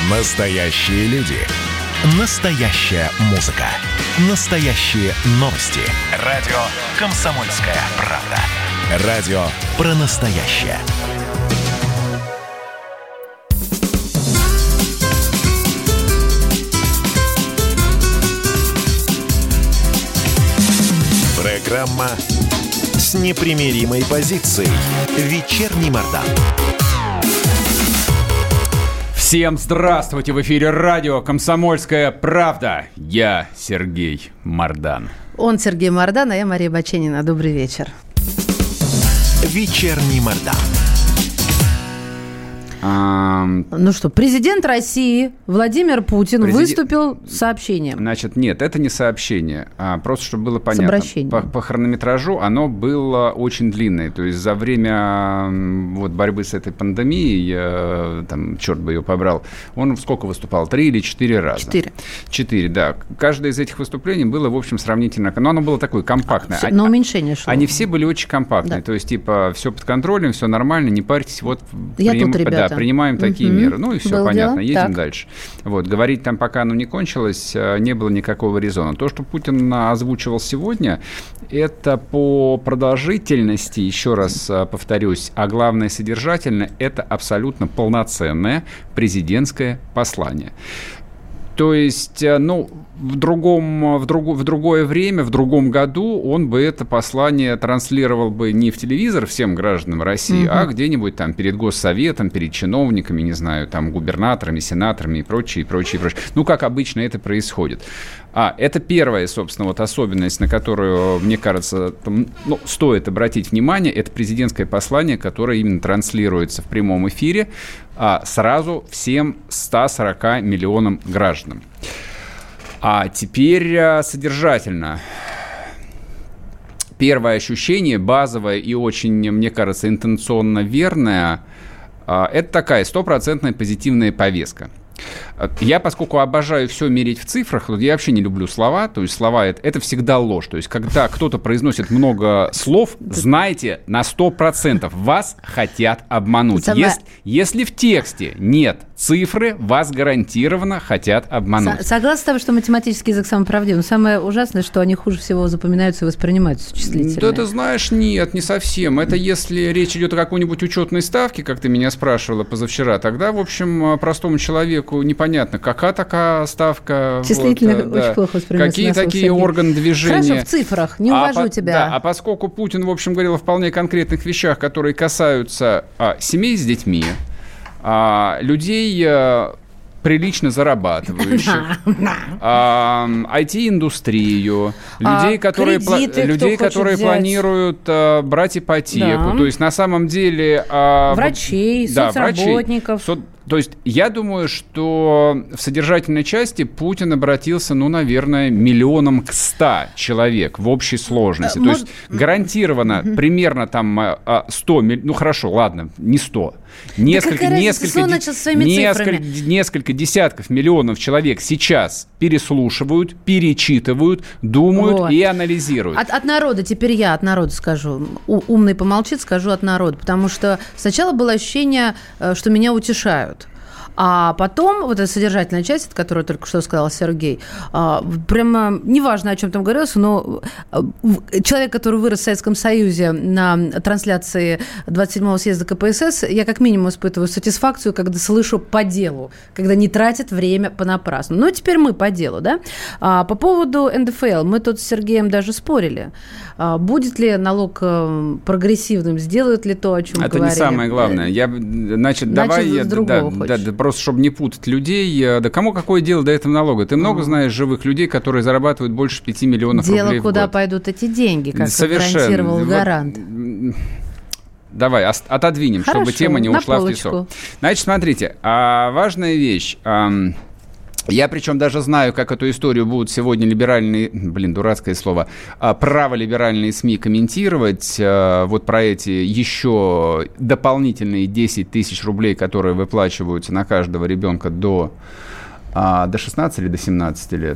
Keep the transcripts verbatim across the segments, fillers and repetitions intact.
Настоящие люди. Настоящая музыка. Настоящие новости. Радио «Комсомольская правда». Радио про настоящее. Программа с непримиримой позицией. Вечерний Мардан. Всем здравствуйте! В эфире радио «Комсомольская правда». Я Сергей Мардан. Он Сергей Мардан, а я Мария Баченина. Добрый вечер. Вечерний Мардан. А... Ну что, президент России Владимир Путин Президент... выступил с сообщением. Значит, нет, это не сообщение. А просто, чтобы было понятно. С обращением. По, по хронометражу оно было очень длинное. То есть за время вот, борьбы с этой пандемией, там, черт бы ее побрал, он сколько выступал? Три или четыре раза? Четыре. Четыре, да. Каждое из этих выступлений было, в общем, сравнительно... Но оно было такое компактное. Все, на уменьшение шло. Они все были очень компактные. Да. То есть, типа, все под контролем, все нормально, не парьтесь. Вот, я приним... тут, ребята. Да, принимаем такие угу. меры. Ну и все, было понятно, дело? едем так. дальше. Вот, говорить там, пока оно не кончилось, не было никакого резона. То, что Путин озвучивал сегодня, это по продолжительности, еще раз повторюсь, а главное содержательно, это абсолютно полноценное президентское послание. То есть, ну, в, другом, в, друг, в другое время, в другом году он бы это послание транслировал бы не в телевизор всем гражданам России, угу. а где-нибудь там перед Госсоветом, перед чиновниками, не знаю, там, губернаторами, сенаторами и прочее, и прочее, и прочее. Ну, как обычно это происходит. А, это первая, собственно, вот особенность, на которую, мне кажется, там, ну, стоит обратить внимание, это президентское послание, которое именно транслируется в прямом эфире а, сразу всем ста сорока миллионам граждан. А теперь а, содержательно. Первое ощущение, базовое и очень, мне кажется, интенционно верное, а, это такая стопроцентная позитивная повестка. Я, поскольку обожаю все мерить в цифрах, я вообще не люблю слова, то есть слова это, это всегда ложь. То есть когда кто-то произносит много слов, знайте, на сто процентов вас хотят обмануть. Сама... Если, если в тексте нет цифры, вас гарантированно хотят обмануть. Согласна с тобой, что математический язык самый правдивый. Но самое ужасное, что они хуже всего запоминаются и воспринимаются числительные. Да ты знаешь, нет, не совсем. Это если речь идет о какой-нибудь учетной ставке, как ты меня спрашивала позавчера, тогда, в общем, простому человеку непонятно, какая такая ставка. Числительных вот, очень да. плохо воспринимается. Какие такие органы движения. Хорошо, в цифрах, не увожу а по, тебя. Да, а поскольку Путин, в общем, говорил о вполне конкретных вещах, которые касаются а, семей с детьми, а, людей а, прилично зарабатывающих, а, ай ти-индустрию, людей, а, которые, кредиты, пла- людей, которые планируют а, брать ипотеку. Да. То есть, на самом деле... А, врачей, вот, соцработников. Да, врачей, со- То есть я думаю, что в содержательной части Путин обратился, ну, наверное, миллионом к ста человек в общей сложности. Может... То есть гарантированно mm-hmm. примерно там сто, ну хорошо, ладно, не сто. Несколько, да несколько, ди- несколько, несколько десятков миллионов человек сейчас переслушивают, перечитывают, думают вот. и анализируют. От, от народа, теперь я от народа скажу. У, умный помолчит, скажу от народа. Потому что сначала было ощущение, что меня утешают. А потом, вот эта содержательная часть, которую только что сказал Сергей, прямо неважно, о чем там говорилось, но человек, который вырос в Советском Союзе на трансляции двадцать седьмого съезда ка пэ эс эс, я как минимум испытываю сатисфакцию, когда слышу по делу, когда не тратят время понапрасну. Ну, теперь мы по делу, да? По поводу эн дэ эф эл, мы тут с Сергеем даже спорили. Будет ли налог прогрессивным, сделают ли то, о чем Это говорили? Это не самое главное. Я, значит, давай... Начал с другого да, да, просто, чтобы не путать людей. Да кому какое дело до этого налога? Ты много mm. знаешь живых людей, которые зарабатывают больше пяти миллионов дело, рублей в год. Дело, куда пойдут эти деньги, как Совершенно. гарантировал вот, гарант. Давай, отодвинем, Хорошо, чтобы тема не ушла полочку. в песок. Значит, смотрите, важная вещь... Я причем даже знаю, как эту историю будут сегодня либеральные, блин, дурацкое слово, праволиберальные СМИ комментировать. Вот про эти еще дополнительные десять тысяч рублей, которые выплачиваются на каждого ребенка до, до шестнадцати или до семнадцати лет.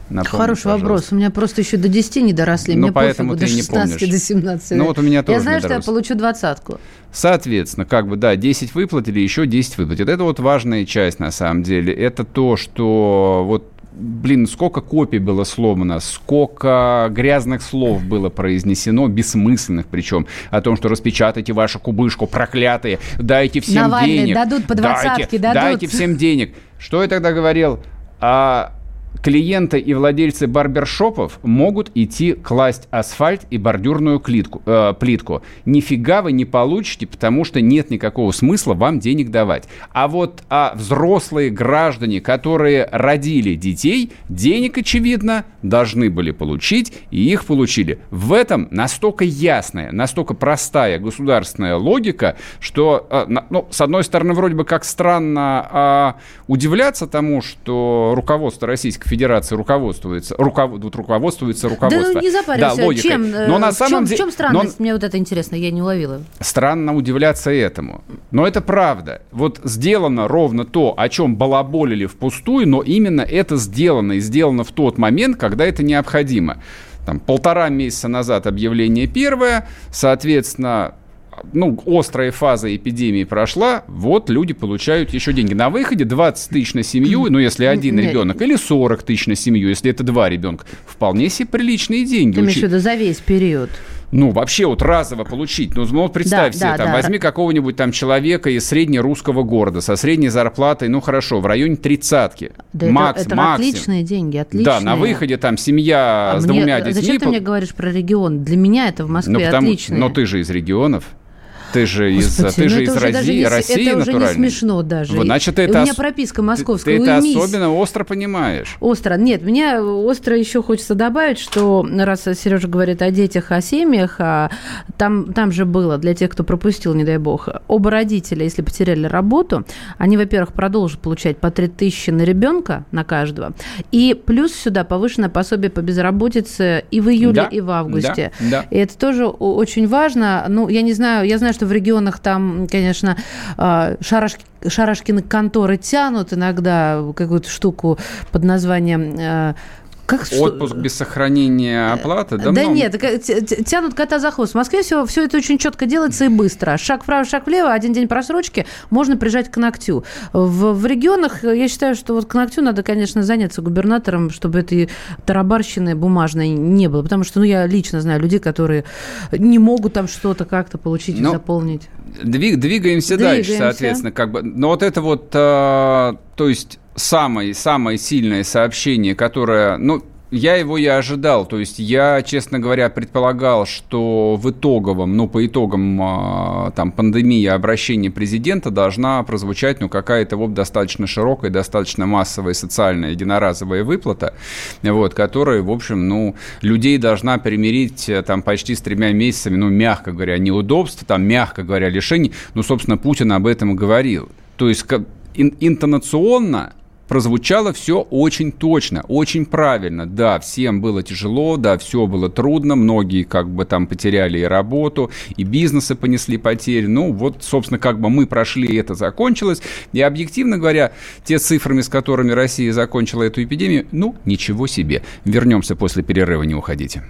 Напомни, Хороший пожалуйста. вопрос. У меня просто еще до десяти не доросли. Ну, Мне поэтому пофигу, ты до не шестнадцати, помнишь. до семнадцати. Ну, вот у меня тоже Я знаю, не что я доросли. получу двадцатку. Соответственно, как бы, да, десять выплатили, еще десять выплатят. Это вот важная часть, на самом деле. Это то, что вот, блин, сколько копий было сломано, сколько грязных слов было произнесено, бессмысленных причем, о том, что распечатайте вашу кубышку, проклятые, дайте всем Навальный денег. дадут по двадцатке, дайте, дадут. Дайте всем денег. Что я тогда говорил? А... Клиенты и владельцы барбершопов могут идти класть асфальт и бордюрную плитку, э, плитку. Нифига вы не получите, потому что нет никакого смысла вам денег давать. А вот а взрослые граждане, которые родили детей, денег, очевидно, должны были получить, и их получили. В этом настолько ясная, настолько простая государственная логика, что, э, ну, с одной стороны, вроде бы как странно э, удивляться тому, что руководство Российской Федерации руководствуется, руков, руководствуется руководство. Да ну не запаривайся, да, логикой. чем, Но на в, самом чем, де... в чем странность? Но... Мне вот это интересно, я не уловила. Странно удивляться этому. Но это правда. Вот сделано ровно то, о чем балаболили впустую, но именно это сделано. И сделано в тот момент, когда это необходимо. Там, полтора месяца назад объявление первое, соответственно... Ну, острая фаза эпидемии прошла, вот люди получают еще деньги. На выходе двадцать тысяч на семью, ну, если один Нет. ребенок, или сорок тысяч на семью, если это два ребенка. Вполне себе приличные деньги. Ты имеешь в виду за весь период? Ну, вообще вот разово получить. Ну, вот представь да, себе, да, там, да. возьми какого-нибудь там человека из среднерусского города со средней зарплатой, ну, хорошо, в районе тридцатки. Да Макс, это, это максимум. отличные деньги, отличные. Да, на выходе там семья а с мне, двумя детьми. Зачем ты мне говоришь про регион? Для меня это в Москве ну, потому, отличные. Но ты же из регионов. Ты же Господи, из, ты же из России, не, России это натурально. уже не смешно даже. Вот, значит, У это меня ос... прописка московская. Ты, ты Уймись. это особенно остро понимаешь. Остро. Нет, мне остро еще хочется добавить, что раз Сережа говорит о детях, о семьях, а там, там же было, для тех, кто пропустил, не дай бог, оба родителя, если потеряли работу, они, во-первых, продолжат получать по три тысячи на ребенка, на каждого, и плюс сюда повышенное пособие по безработице и в июле, да, и в августе. Да, да. И это тоже очень важно. Ну, я не знаю, я знаю, что в регионах там конечно, шарашки, шарашкины конторы тянут иногда какую-то штуку под названием... Как, Отпуск что? Без сохранения оплаты? Да, да много... нет, тянут кота за хвост. В Москве все, все это очень четко делается и быстро. Шаг вправо, шаг влево, один день просрочки, можно прижать к ногтю. В, в регионах, я считаю, что вот к ногтю надо, конечно, заняться губернатором, чтобы этой тарабарщины бумажной не было. Потому что, ну, я лично знаю людей, которые не могут там что-то как-то получить, ну, заполнить. Двиг, двигаемся, двигаемся дальше, соответственно. Как бы. Но вот это вот, э, то есть... Самое, самое сильное сообщение, которое, ну, я его и ожидал, то есть я, честно говоря, предполагал, что в итоговом, ну, по итогам там, пандемии обращения президента должна прозвучать, ну, какая-то вот достаточно широкая, достаточно массовая социальная единоразовая выплата, вот, которая, в общем, ну, людей должна примирить там почти с тремя месяцами, ну, мягко говоря, неудобств, там, мягко говоря, лишений, ну, собственно, Путин об этом и говорил, то есть ин- интонационно прозвучало все очень точно, очень правильно. Да, всем было тяжело, да, все было трудно, многие как бы там потеряли и работу, и бизнесы понесли потери. Ну, вот, собственно, как бы мы прошли, и это закончилось. И, объективно говоря, те цифрами, с которыми Россия закончила эту эпидемию, ну, ничего себе. Вернемся после перерыва, не уходите.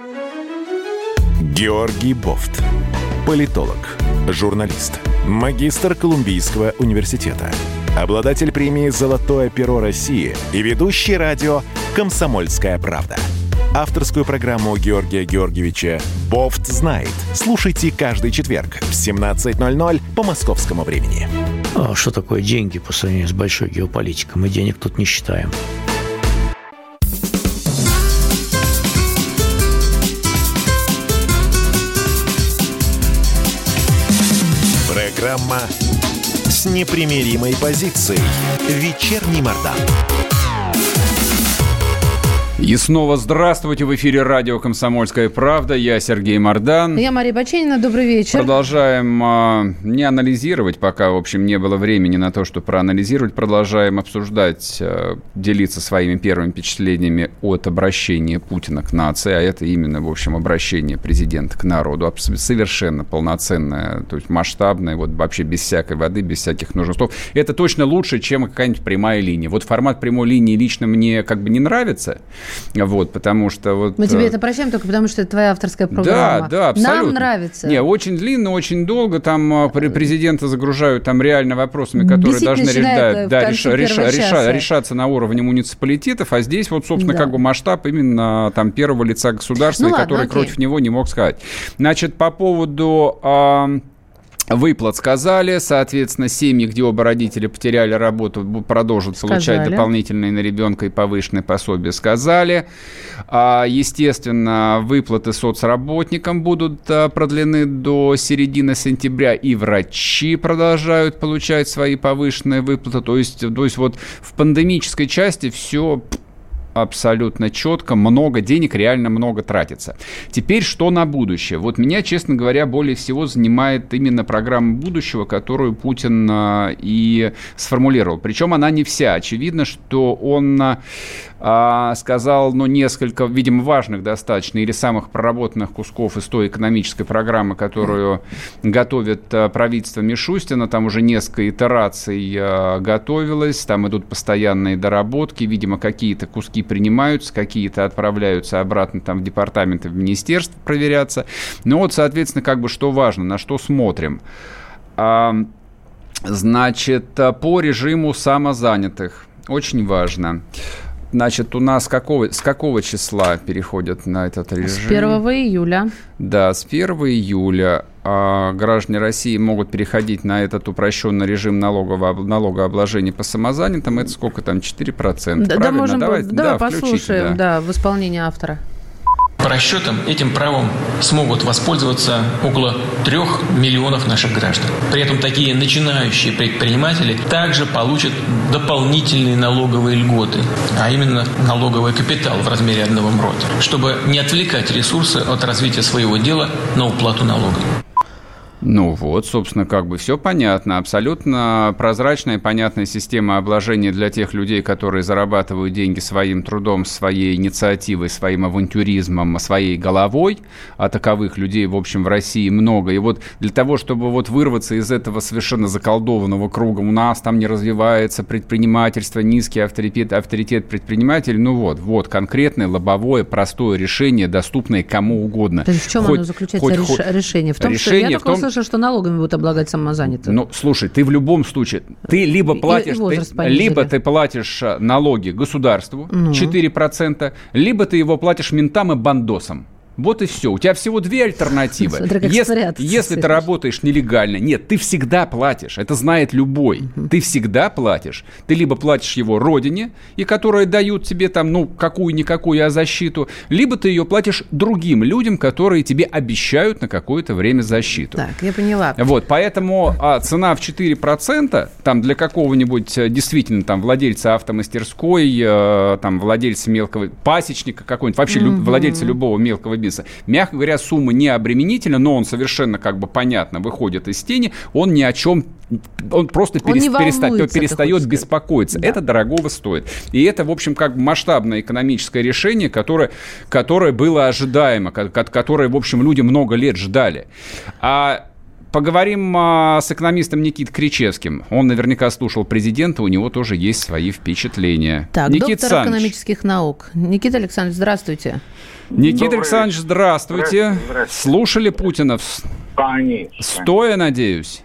Георгий Бофт. Политолог, журналист, магистр Колумбийского университета, обладатель премии «Золотое перо России» и ведущий радио «Комсомольская правда». Авторскую программу Георгия Георгиевича «Бофт знает». Слушайте каждый четверг в семнадцать ноль ноль по московскому времени. А что такое деньги по сравнению с большой геополитикой? Мы денег тут не считаем. Программа с непримиримой позицией. Вечерний Мордан. И снова здравствуйте. В эфире радио «Комсомольская правда». Я Сергей Мордан. Я Мария Баченина. Добрый вечер. Продолжаем э, не анализировать, пока, в общем, не было времени на то, чтобы проанализировать. Продолжаем обсуждать, э, делиться своими первыми впечатлениями от обращения Путина к нации. А это именно, в общем, обращение президента к народу. Совершенно полноценное, то есть масштабное, вот вообще без всякой воды, без всяких нужных слов. Это точно лучше, чем какая-нибудь прямая линия. Вот формат прямой линии лично мне как бы не нравится. Вот, потому что вот... Мы тебе это прощаем только потому, что это твоя авторская программа. Да, да, абсолютно. Нам нравится. Не, очень длинно, очень долго. Там президента загружают там реально вопросами, которые Бесить должны начинает да, в реша, реша, реша, решаться на уровне муниципалитетов, а здесь вот, собственно, да. как бы масштаб именно там первого лица государства, ну, который ладно, против него не мог сказать. Значит, по поводу... Э, выплат сказали, соответственно, семьи, где оба родителя потеряли работу, продолжат сказали. Получать дополнительные на ребенка и повышенные пособия, сказали. Естественно, выплаты соцработникам будут продлены до середины сентября, и врачи продолжают получать свои повышенные выплаты. То есть, то есть вот в пандемической части все... абсолютно четко, много денег, реально много тратится. Теперь что на будущее? Вот меня, честно говоря, более всего занимает именно программа будущего, которую Путин а, и сформулировал. Причем она не вся. Очевидно, что он а, сказал, ну, несколько, видимо, важных достаточно или самых проработанных кусков из той экономической программы, которую готовит а, правительство Мишустина. Там уже несколько итераций а, готовилось, там идут постоянные доработки, видимо, какие-то куски принимаются, какие-то отправляются обратно там в департаменты, в министерство проверяться. Ну вот, соответственно, как бы что важно, на что смотрим. А, значит, по режиму самозанятых. Очень важно. Значит, у нас какого, с какого числа переходят на этот режим? С первого июля. Да, с первого июля а, граждане России могут переходить на этот упрощенный режим налогового, налогообложения по самозанятым. Это сколько там? четыре процента. Да, правильно? Да, можем, давай, давай да, послушаем да. Да, в исполнении автора. По расчетам, этим правом смогут воспользоваться около трех миллионов наших граждан. При этом такие начинающие предприниматели также получат дополнительные налоговые льготы, а именно налоговый капитал в размере одного МРОТа, чтобы не отвлекать ресурсы от развития своего дела на уплату налогов. Ну вот, собственно, как бы все понятно. Абсолютно прозрачная и понятная система обложения для тех людей, которые зарабатывают деньги своим трудом, своей инициативой, своим авантюризмом, своей головой. А таковых людей, в общем, в России много. И вот для того, чтобы вот вырваться из этого совершенно заколдованного круга, у нас там не развивается предпринимательство, низкий авторитет, авторитет предпринимателей. Ну вот, вот конкретное, лобовое, простое решение, доступное кому угодно. То есть в чем хоть, оно заключается, хоть, реш... хоть, решение? В том, решение что я в том, слышал, что налогами будут облагать самозанятых. Ну, слушай, ты в любом случае, ты либо платишь, ты, либо ты платишь налоги государству, ну. четыре процента, либо ты его платишь ментам и бандосам. Вот и все. У тебя всего две альтернативы. Смотри, если если ты работаешь нелегально, нет, ты всегда платишь. Это знает любой. Uh-huh. Ты всегда платишь. Ты либо платишь его родине, и которые дают тебе там, ну, какую-никакую защиту, либо ты ее платишь другим людям, которые тебе обещают на какое-то время защиту. Так, я поняла. Вот, поэтому а, цена в четыре процента там для какого-нибудь действительно там владельца автомастерской, а, там владельца мелкого пасечника какой-нибудь, вообще uh-huh. люб, владельца любого мелкого бизнеса, мягко говоря, сумма не обременительна, но он совершенно как бы понятно выходит из тени, он ни о чем, он просто он перест, переста, перестает беспокоиться. Да. Это дорогого стоит. И это, в общем, как бы масштабное экономическое решение, которое, которое было ожидаемо, которое, в общем, люди много лет ждали. А поговорим а, с экономистом Никитой Кричевским. Он наверняка слушал президента, у него тоже есть свои впечатления. Так, Никит доктор Саныч. экономических наук. Никита Александрович, здравствуйте. Никита Добрый Александрович, здравствуйте. Здравствуйте, здравствуйте. Слушали Путина? Конечно. Стоя, надеюсь?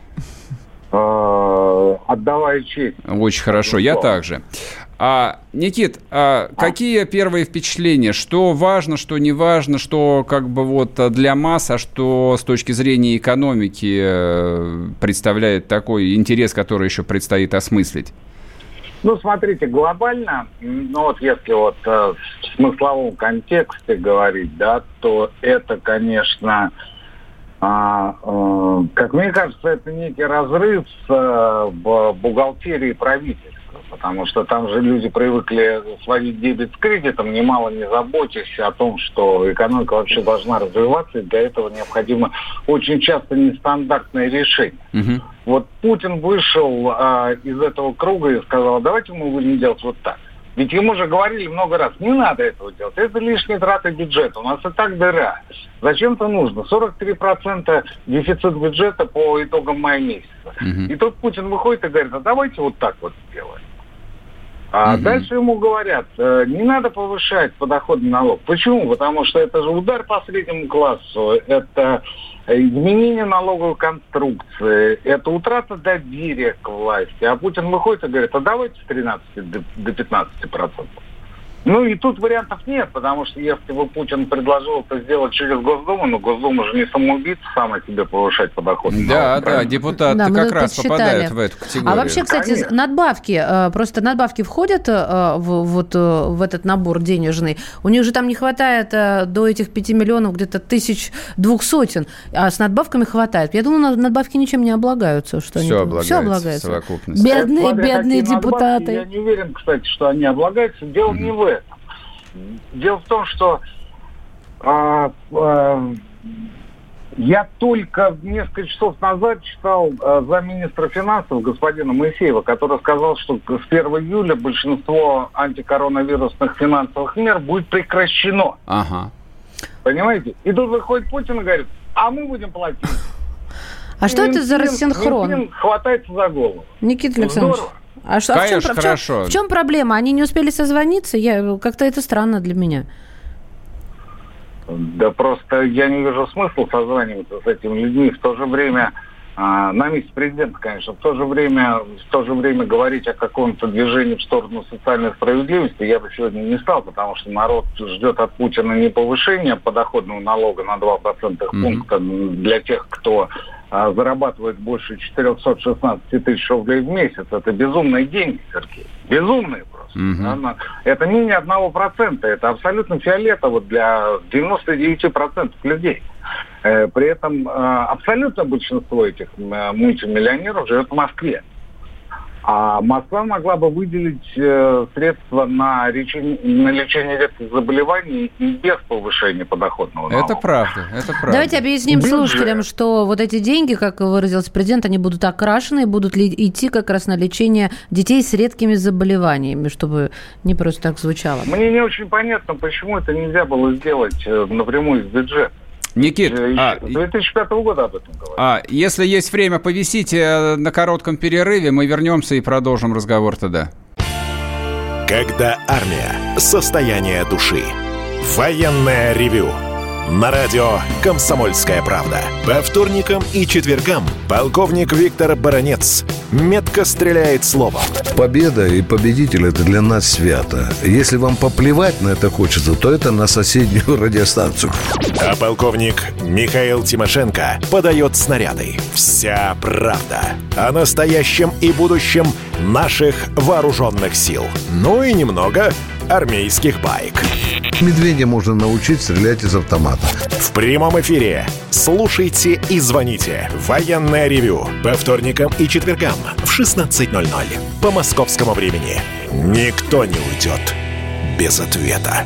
Отдавая честь. Очень хорошо, я также. А, Никит, а какие первые впечатления? Что важно, что не важно, что как бы вот для масс, а что с точки зрения экономики представляет такой интерес, который еще предстоит осмыслить? Ну, смотрите, глобально, ну вот если вот э, в смысловом контексте говорить, да, то это, конечно, э, э, как мне кажется, это некий разрыв э, в бухгалтерии правительства, потому что там же люди привыкли сводить дебет с кредитом, немало не заботясь о том, что экономика вообще должна развиваться, и для этого необходимо очень часто нестандартное решение. Угу. Вот Путин вышел а, из этого круга и сказал, давайте мы будем делать вот так. Ведь ему же говорили много раз, не надо этого делать, это лишние траты бюджета, у нас и так дыра. Зачем-то нужно? сорок три процента дефицит бюджета по итогам мая месяца. Угу. И тут Путин выходит и говорит, а давайте вот так вот сделаем. А Угу. дальше ему говорят, не надо повышать подоходный налог. Почему? Потому что это же удар по среднему классу, это изменение налоговой конструкции, это утрата доверия к власти. А Путин выходит и говорит, а давайте с тринадцати до пятнадцати процентов. Ну и тут вариантов нет, потому что если бы Путин предложил это сделать через Госдуму, но Госдума же не самоубийца сама себе повышать подоходный налог. Да, да, депутаты Да, мы как раз подсчитали. попадают в эту категорию. А вообще, кстати, Конечно. надбавки, э, просто надбавки входят э, в, вот, э, в этот набор денежный. У них же там не хватает э, до этих пяти миллионов где-то тысяч двух сотен, а с надбавками хватает. Я думаю, над- надбавки ничем не облагаются. Что Все они, облагается, все облагается. в совокупности. Бедные, Смотря бедные какие надбавки, депутаты. я не уверен, кстати, что они облагаются. Дело mm-hmm. не в этом. Дело в том, что а, а, я только несколько часов назад читал а, замминистра финансов господина Моисеева, который сказал, что с первого июля большинство антикоронавирусных финансовых мер будет прекращено. Ага. Понимаете? И тут выходит Путин и говорит, а мы будем платить. А И что это за Минфин- рассинхрон? Минфин хватается за голову. Никита Александрович. Здорово. А, что, а в, чем, Конечно, в, чем, хорошо. в чем проблема? Они не успели созвониться? Я, как-то это странно для меня. Да просто я не вижу смысла созваниваться с этими людьми. В то же время, а, на месте президента, конечно, в то же время, в то же время говорить о каком-то движении в сторону социальной справедливости я бы сегодня не стал, потому что народ ждет от Путина не повышения подоходного налога на два процентных Mm-hmm. пункта для тех, кто а, зарабатывает больше четыреста шестнадцать тысяч рублей в месяц. Это безумные деньги, Сергей. Безумные просто. Мгм. Да, это менее одного процента. Это абсолютно фиолетово для девяноста девяти процентов людей. Э, При этом э, абсолютно большинство этих э, мультимиллионеров живет в Москве. А Москва могла бы выделить э, средства на лечение, на лечение редких заболеваний и без повышения подоходного налога. Это правда, это правда. Давайте объясним Бюджет. слушателям, что вот эти деньги, как выразился президент, они будут окрашены и будут ли идти как раз на лечение детей с редкими заболеваниями, чтобы не просто так звучало. Мне не очень понятно, почему это нельзя было сделать э, напрямую из бюджета. Никит, Э, а, С две тысячи пятого года об этом говорю. а, если есть время, повисите на коротком перерыве, мы вернемся и продолжим разговор тогда. Когда армия. Состояние души. Военное ревю. На радио «Комсомольская правда». По вторникам и четвергам полковник Виктор Баранец метко стреляет словом. Победа и победитель – это для нас свято. Если вам поплевать на это хочется, то это на соседнюю радиостанцию. А полковник Михаил Тимошенко подает снаряды. Вся правда о настоящем и будущем наших вооруженных сил. Ну и немного армейских баек. Медведя можно научить стрелять из автомата. В прямом эфире слушайте и звоните. Военное ревю по вторникам и четвергам в шестнадцать ноль ноль по московскому времени. Никто не уйдет без ответа.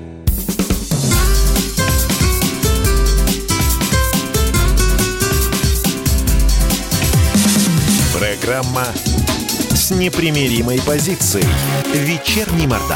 Программа с непримиримой позицией. Вечерний Мордан.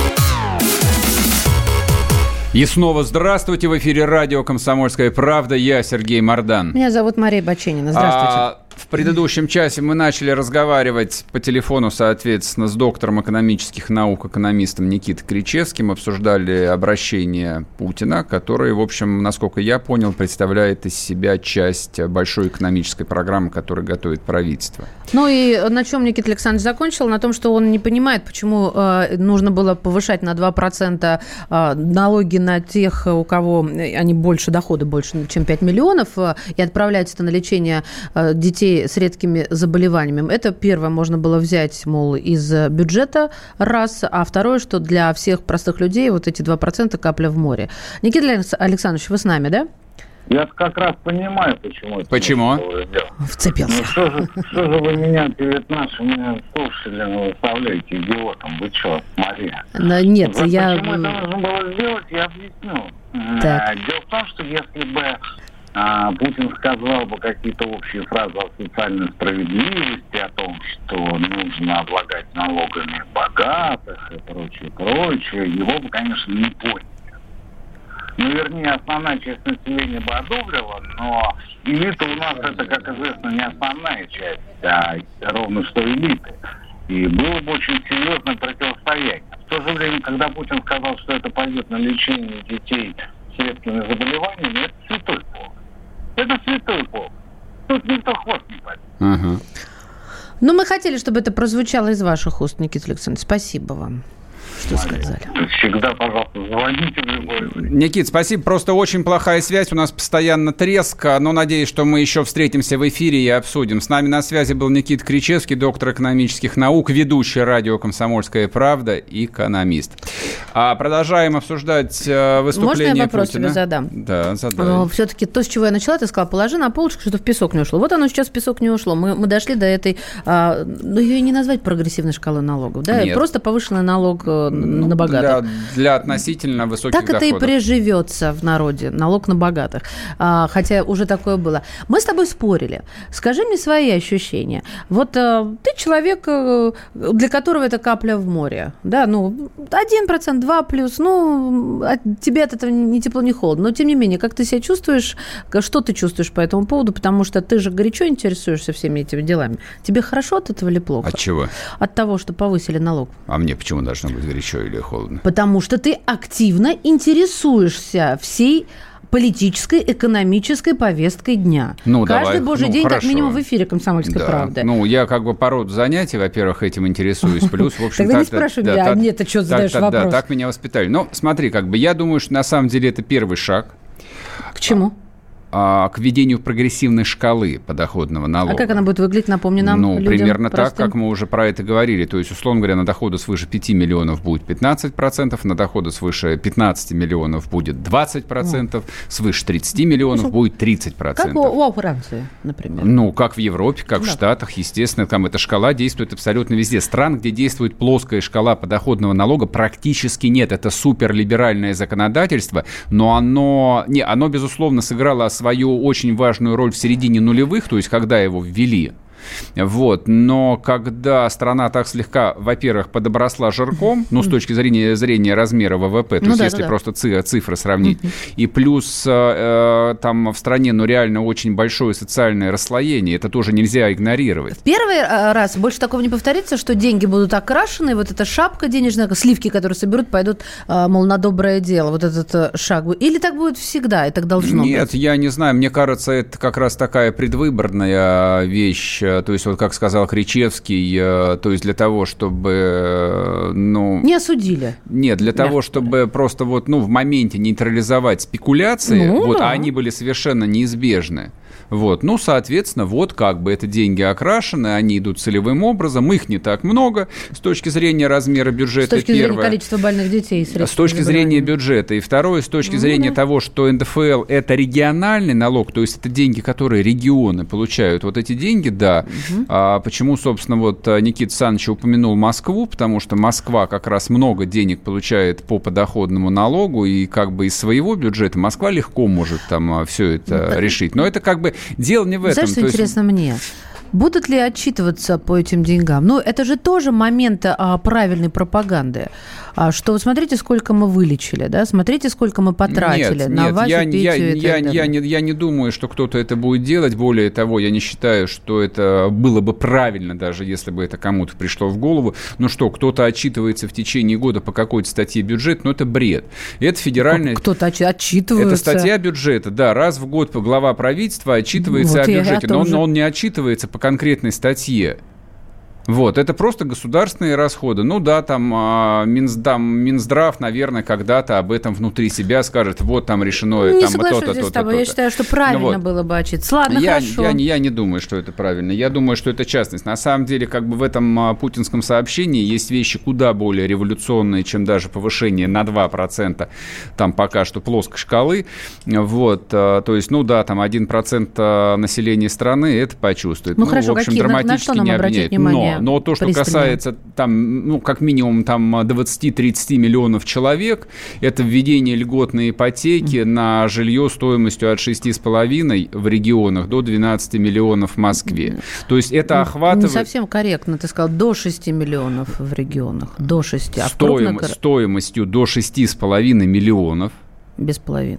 И снова здравствуйте, в эфире радио «Комсомольская правда», я Сергей Мордан. Меня зовут Мария Баченина. Здравствуйте. А, в предыдущем часе мы начали разговаривать по телефону, соответственно, с доктором экономических наук, экономистом Никитой Кричевским, обсуждали обращение Путина, которое, в общем, насколько я понял, представляет из себя часть большой экономической программы, которую готовит правительство. Ну и на чем Никита Александрович закончил? На том, что он не понимает, почему э, нужно было повышать на два процента э, налоги на тех, у кого они больше, доходы больше, чем пять миллионов, э, и отправлять это на лечение э, детей с редкими заболеваниями. Это первое, можно было взять, мол, из бюджета, раз, а второе, что для всех простых людей вот эти два процента капля в море. Никита Александрович, вы с нами, да? Я как раз понимаю, почему это. Почему? Вцепился. Ну что же, что же вы меня перед нашими слушателями выставляете идиотом? Вы что, Мария? Но нет, Вот я... Почему это нужно было сделать, я объясню. Так. Э, Дело в том, что если бы а, Путин сказал бы какие-то общие фразы о социальной справедливости, о том, что нужно облагать налогами богатых и прочее, прочее, его бы, конечно, не поняли. Ну, вернее, основная часть населения бы одобрила, но элита у нас это, как известно, не основная часть, а ровно что элиты. И было бы очень серьезное противостояние. В то же время, когда Путин сказал, что это пойдет на лечение детей с редкими заболеваниями, это святой полк. Это святой полк. Тут никто хвост не пойдет. Ага. Ну, мы хотели, чтобы это прозвучало из ваших уст, Никита Александрович. Спасибо вам, что сказали. Всегда, пожалуйста, звоните в любое время. Никит, спасибо. Просто очень плохая связь. У нас постоянно треск. Но надеюсь, что мы еще встретимся в эфире и обсудим. С нами на связи был Никита Кричевский, доктор экономических наук, ведущий радио «Комсомольская правда», экономист. А продолжаем обсуждать выступление Путина. Можно я вопрос Путина. тебе задам? Да, задай. Все-таки то, с чего я начала, ты сказала, положи на полочку, что-то в песок не ушло. Вот оно сейчас в песок не ушло. Мы, мы дошли до этой, а, ну, ее и не назвать прогрессивной шкалой налогов, да? Нет. Просто повышенный налог ну, на богатых. Для, для относительно высоких так доходов. Так это и приживется в народе, налог на богатых. А, хотя уже такое было. Мы с тобой спорили. Скажи мне свои ощущения. Вот а, ты человек, для которого это капля в море. Да, ну, один процент, два плюс, ну, тебе от этого ни тепло, ни холодно. Но, тем не менее, как ты себя чувствуешь, что ты чувствуешь по этому поводу? Потому что ты же горячо интересуешься всеми этими делами. Тебе хорошо от этого или плохо? От чего? От того, что повысили налог. А мне почему должно быть горячо или холодно? Потому что ты активно интересуешься всей политической, экономической повесткой дня. Ну, Каждый давай. божий ну, день, хорошо. как минимум, в эфире «Комсомольской да. правды». Ну, я как бы по роду занятий, во-первых, этим интересуюсь. Плюс, в общем, Тогда не спрашивай меня, а мне-то что задаешь вопрос? Да, так меня воспитали. Ну, смотри, как бы я думаю, что на самом деле это первый шаг. К чему? К введению прогрессивной шкалы подоходного налога. А как она будет выглядеть, напомни нам, Ну, людям, примерно простым? так, как мы уже про это говорили. То есть, условно говоря, на доходы свыше пяти миллионов будет пятнадцать процентов, на доходы свыше пятнадцати миллионов будет двадцать процентов, ну. свыше тридцати миллионов ну, будет тридцать процентов. Как у, у Франции, например. Ну, как в Европе, как да. в Штатах, естественно, там эта шкала действует абсолютно везде. Стран, где действует плоская шкала подоходного налога, практически нет. Это суперлиберальное законодательство, но оно, не, оно безусловно, сыграло свою очень важную роль в середине нулевых, то есть когда его ввели. Вот. Но когда страна так слегка, во-первых, подобросла жирком, ну, с точки зрения, зрения размера ВВП, то ну, есть да, если да. просто цифры сравнить, uh-huh. и плюс э, там в стране, ну, реально очень большое социальное расслоение, это тоже нельзя игнорировать. В первый раз больше такого не повторится, что деньги будут окрашены, вот эта шапка денежная, сливки, которые соберут, пойдут, мол, на доброе дело, вот этот шаг. Или так будет всегда, и так должно Нет, быть? Нет, я не знаю, мне кажется, это как раз такая предвыборная вещь. То есть, вот как сказал Кричевский, то есть для того, чтобы, ну... Не осудили. Нет, для того, чтобы просто вот, ну, в моменте нейтрализовать спекуляции, ну, вот, да. а они были совершенно неизбежны. Вот. Ну, соответственно, вот как бы это деньги окрашены, они идут целевым образом, их не так много с точки зрения размера бюджета. С точки первое. зрения количества больных детей. С точки зрения бюджета. И второе, с точки ну, зрения да. того, что эн дэ эф эл – это региональный налог, то есть это деньги, которые регионы получают. Вот эти деньги, да. Угу. А почему, собственно, вот Никита Александрович упомянул Москву, потому что Москва как раз много денег получает по подоходному налогу, и как бы из своего бюджета Москва легко может там все это ну, решить. Но это как бы дело не в этом. Знаешь, что интересно есть... мне? Будут ли отчитываться по этим деньгам? Ну, это же тоже момент а, правильной пропаганды. А, что вот смотрите, сколько мы вылечили, да? Смотрите, сколько мы потратили нет, на нет, вашу я, Петю я, и так я, далее. Я не, я не думаю, что кто-то это будет делать. Более того, я не считаю, что это было бы правильно, даже если бы это кому-то пришло в голову. Ну что, кто-то отчитывается в течение года по какой-то статье бюджета, ну это бред. Это федеральная... Кто-то отчитывается. Это статья бюджета, да. Раз в год глава правительства отчитывается вот о бюджете, но он, но он не отчитывается по конкретной статье. Вот, это просто государственные расходы. Ну да, там Минздрав, Минздрав, наверное, когда-то об этом внутри себя скажет, вот там решено... Не там, соглашусь то-то, здесь то-то, с тобой. то-то. Я считаю, что правильно ну, вот. было бы отчитываться. Ладно, я, хорошо. Я, я не думаю, что это правильно. Я думаю, что это частность. На самом деле, как бы в этом путинском сообщении есть вещи куда более революционные, чем даже повышение на два процента там пока что плоской шкалы. Вот, то есть, ну да, там один процент населения страны это почувствует. Ну, ну хорошо, в общем, какие? драматически на, на что нам не обратить обвиняет. внимание? Но, но то, что пристально? касается там, ну, как минимум там двадцать-тридцать миллионов человек, это введение льготной ипотеки mm-hmm. на жилье стоимостью от шести с половиной в регионах до двенадцати миллионов в Москве. Mm-hmm. То есть это охватывает... Не совсем корректно, ты сказал, до шести миллионов в регионах. До шести. А Стоим... крупно... Стоимостью до шести с половиной миллионов. Без половины.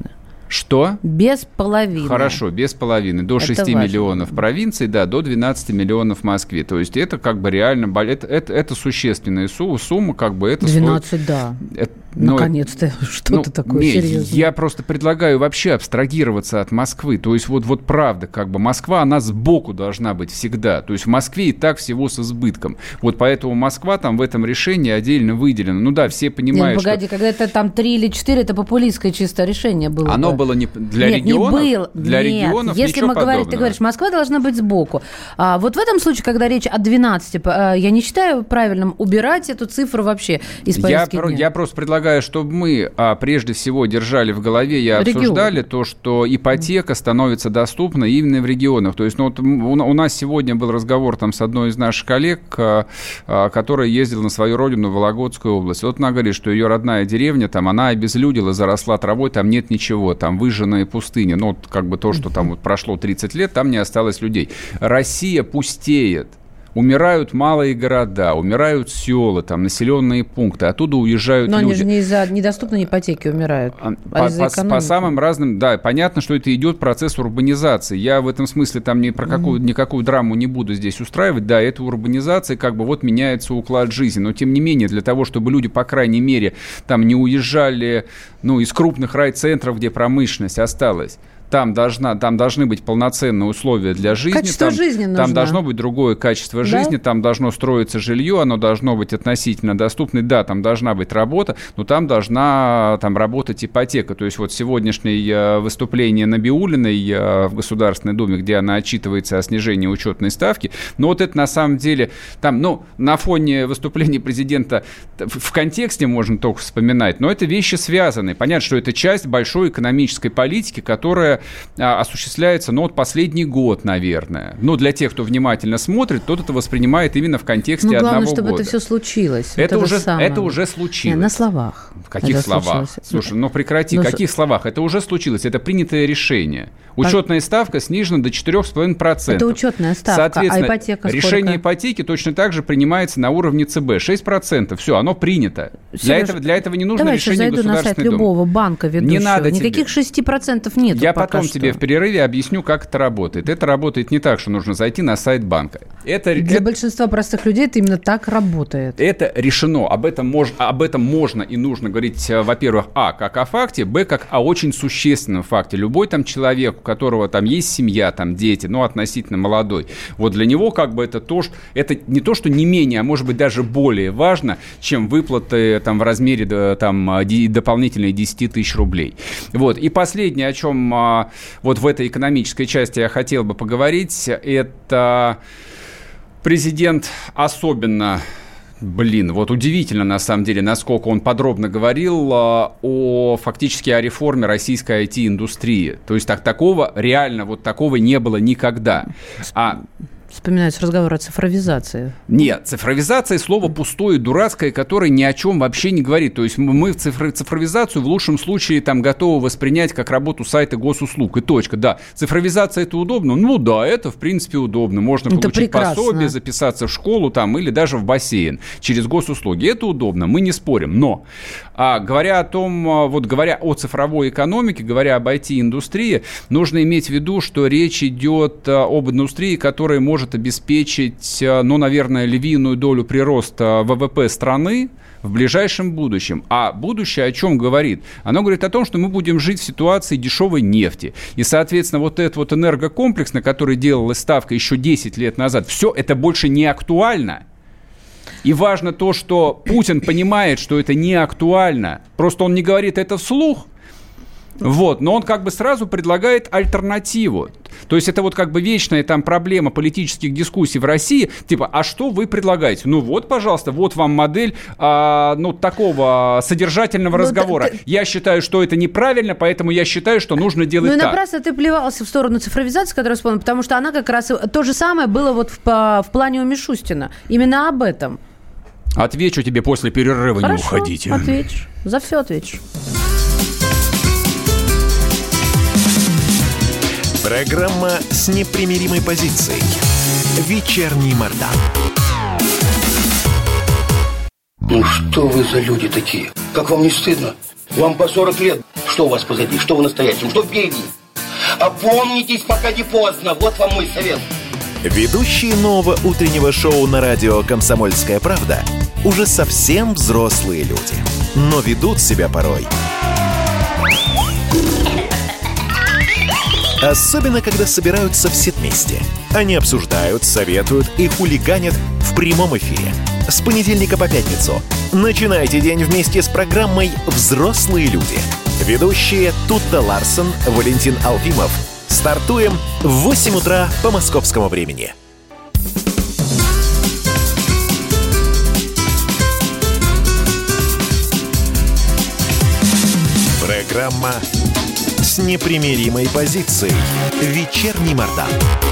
Что? Без половины. Хорошо, без половины. До это шести важно. Миллионов в провинции, да, до двенадцати миллионов в Москве. То есть это как бы реально... Это, это, это существенная сумма, как бы это... двенадцать, стоит, да. Это, Наконец-то ну, что-то ну, такое не, серьезное. Я просто предлагаю вообще абстрагироваться от Москвы. То есть вот, вот правда, как бы Москва, она сбоку должна быть всегда. То есть в Москве и так всего с избытком. Вот поэтому Москва там в этом решении отдельно выделена. Ну да, все понимают, Нет, погоди, что... когда это там три или четыре, это популистское чистое решение было. Оно бы. было не для Нет, регионов. Не был. Для Нет, регионов если ничего мы говорим, подобного. Ты говоришь, Москва должна быть сбоку. А, вот в этом случае, когда речь о двенадцати, я не считаю правильным убирать эту цифру вообще из повестки я, дня. Я просто предлагаю, чтобы мы а, прежде всего держали в голове и обсуждали Регион. То, что ипотека становится доступна именно в регионах. То есть ну, вот, у нас сегодня был разговор там, с одной из наших коллег, а, а, которая ездила на свою родину в Вологодскую область. Вот она говорит, что ее родная деревня, там, она обезлюдила, заросла травой, там нет ничего, там выжженные пустыни. Ну, вот, как бы то, что там вот, прошло тридцать лет, там не осталось людей. Россия пустеет. Умирают малые города, умирают села, там, населенные пункты, оттуда уезжают Но люди. Но они же не из-за недоступной ипотеки умирают, а, а из-за по, по самым разным... Да, понятно, что это идет процесс урбанизации. Я в этом смысле там ни про какую, mm-hmm. никакую драму не буду здесь устраивать. Да, это урбанизация, как бы вот меняется уклад жизни. Но, тем не менее, для того, чтобы люди, по крайней мере, там не уезжали ну, из крупных райцентров, где промышленность осталась, Там, должна, там должны быть полноценные условия для жизни. Качество там, жизни нужно. Там должно быть другое качество да? жизни, там должно строиться жилье, оно должно быть относительно доступно. Да, там должна быть работа, но там должна там, работать ипотека. То есть вот сегодняшнее выступление Набиуллиной в Государственной Думе, где она отчитывается о снижении учетной ставки, но вот это на самом деле, там, ну, на фоне выступления президента в контексте можно только вспоминать, но это вещи связаны. Понятно, что это часть большой экономической политики, которая осуществляется, ну, вот последний год, наверное. Ну, для тех, кто внимательно смотрит, тот это воспринимает именно в контексте ну, главное, одного года. чтобы это все случилось. Это, вот уже, это, это уже случилось. Не, на словах. В каких это словах? Случилось. Слушай, ну прекрати. Ну, в каких словах? Это уже случилось. Это принятое решение. Учетная ставка снижена до четыре целых пять десятых процента. Это учетная ставка, Соответственно, а ипотека сколько? Решение ипотеки точно так же принимается на уровне ЦБ. шесть процентов. Все, оно принято. Сереж, для, этого, для этого не нужно давай решение Государственной Думы. Давай я зайду на сайт любого банка ведущего. Не надо тебе. Никаких шести процентов нет. Я потом что. тебе в перерыве объясню, как это работает. Это работает не так, что нужно зайти на сайт банка. Это, для это, большинства простых людей это именно так работает. Это решено. Об этом, мож, об этом можно и нужно говорить, во-первых, а, как о факте, б, как о очень существенном факте. Любой там человек, у которого там есть семья, там дети, ну, относительно молодой, вот для него как бы это то, что, это не то, что не менее, а может быть даже более важно, чем выплаты там в размере там дополнительные десять тысяч рублей. Вот. И последнее, о чем вот в этой экономической части я хотел бы поговорить, это президент особенно... Блин, вот удивительно, на самом деле, насколько он подробно говорил о фактически о реформе российской ай ти-индустрии. То есть так, такого, реально, вот такого не было никогда. А... Вспоминается разговор о цифровизации. Нет, цифровизация — слово пустое, дурацкое, которое ни о чем вообще не говорит. То есть мы цифр... цифровизацию в лучшем случае там готовы воспринять как работу сайта госуслуг. И точка. Да, цифровизация — это удобно? Ну да, это в принципе удобно. Можно это получить прекрасно. Пособие, записаться в школу там, или даже в бассейн через госуслуги. Это удобно, мы не спорим. Но а, говоря о том, вот говоря о цифровой экономике, говоря об ай ти-индустрии, нужно иметь в виду, что речь идет об индустрии, которая может обеспечить, ну, наверное, львиную долю прироста вэ вэ пэ страны в ближайшем будущем. А будущее о чем говорит? Оно говорит о том, что мы будем жить в ситуации дешевой нефти. И, соответственно, вот этот вот энергокомплекс, на который делалась ставка еще десять лет назад, все это больше не актуально. И важно то, что Путин понимает, что это не актуально. Просто он не говорит это вслух. Вот, но он как бы сразу предлагает альтернативу. То есть это вот как бы вечная там проблема политических дискуссий в России. Типа, а что вы предлагаете? Ну вот, пожалуйста, вот вам модель а, ну, такого содержательного ну, разговора. Ты... Я считаю, что это неправильно, поэтому я считаю, что нужно делать так. Ну и напрасно ты плевался в сторону цифровизации, которую я вспомнил, потому что она как раз то же самое было вот в, в плане у Мишустина. Именно об этом. Отвечу тебе после перерыва. Хорошо, не уходите. Ответишь. За все ответишь. Программа с непримиримой позицией. Вечерний Мордан. Ну что вы за люди такие? Как вам не стыдно? Вам по сорок лет. Что у вас позади, что в настоящем, что впереди? Опомнитесь, пока не поздно. Вот вам мой совет. Ведущие нового утреннего шоу на радио «Комсомольская правда» уже совсем взрослые люди, но ведут себя порой. Особенно, когда собираются все вместе. Они обсуждают, советуют и хулиганят в прямом эфире. С понедельника по пятницу. Начинайте день вместе с программой «Взрослые люди». Ведущие Тутта Ларсон, Валентин Алфимов. Стартуем в восемь утра по московскому времени. Программа с непримиримой позицией. Вечерний Мардан.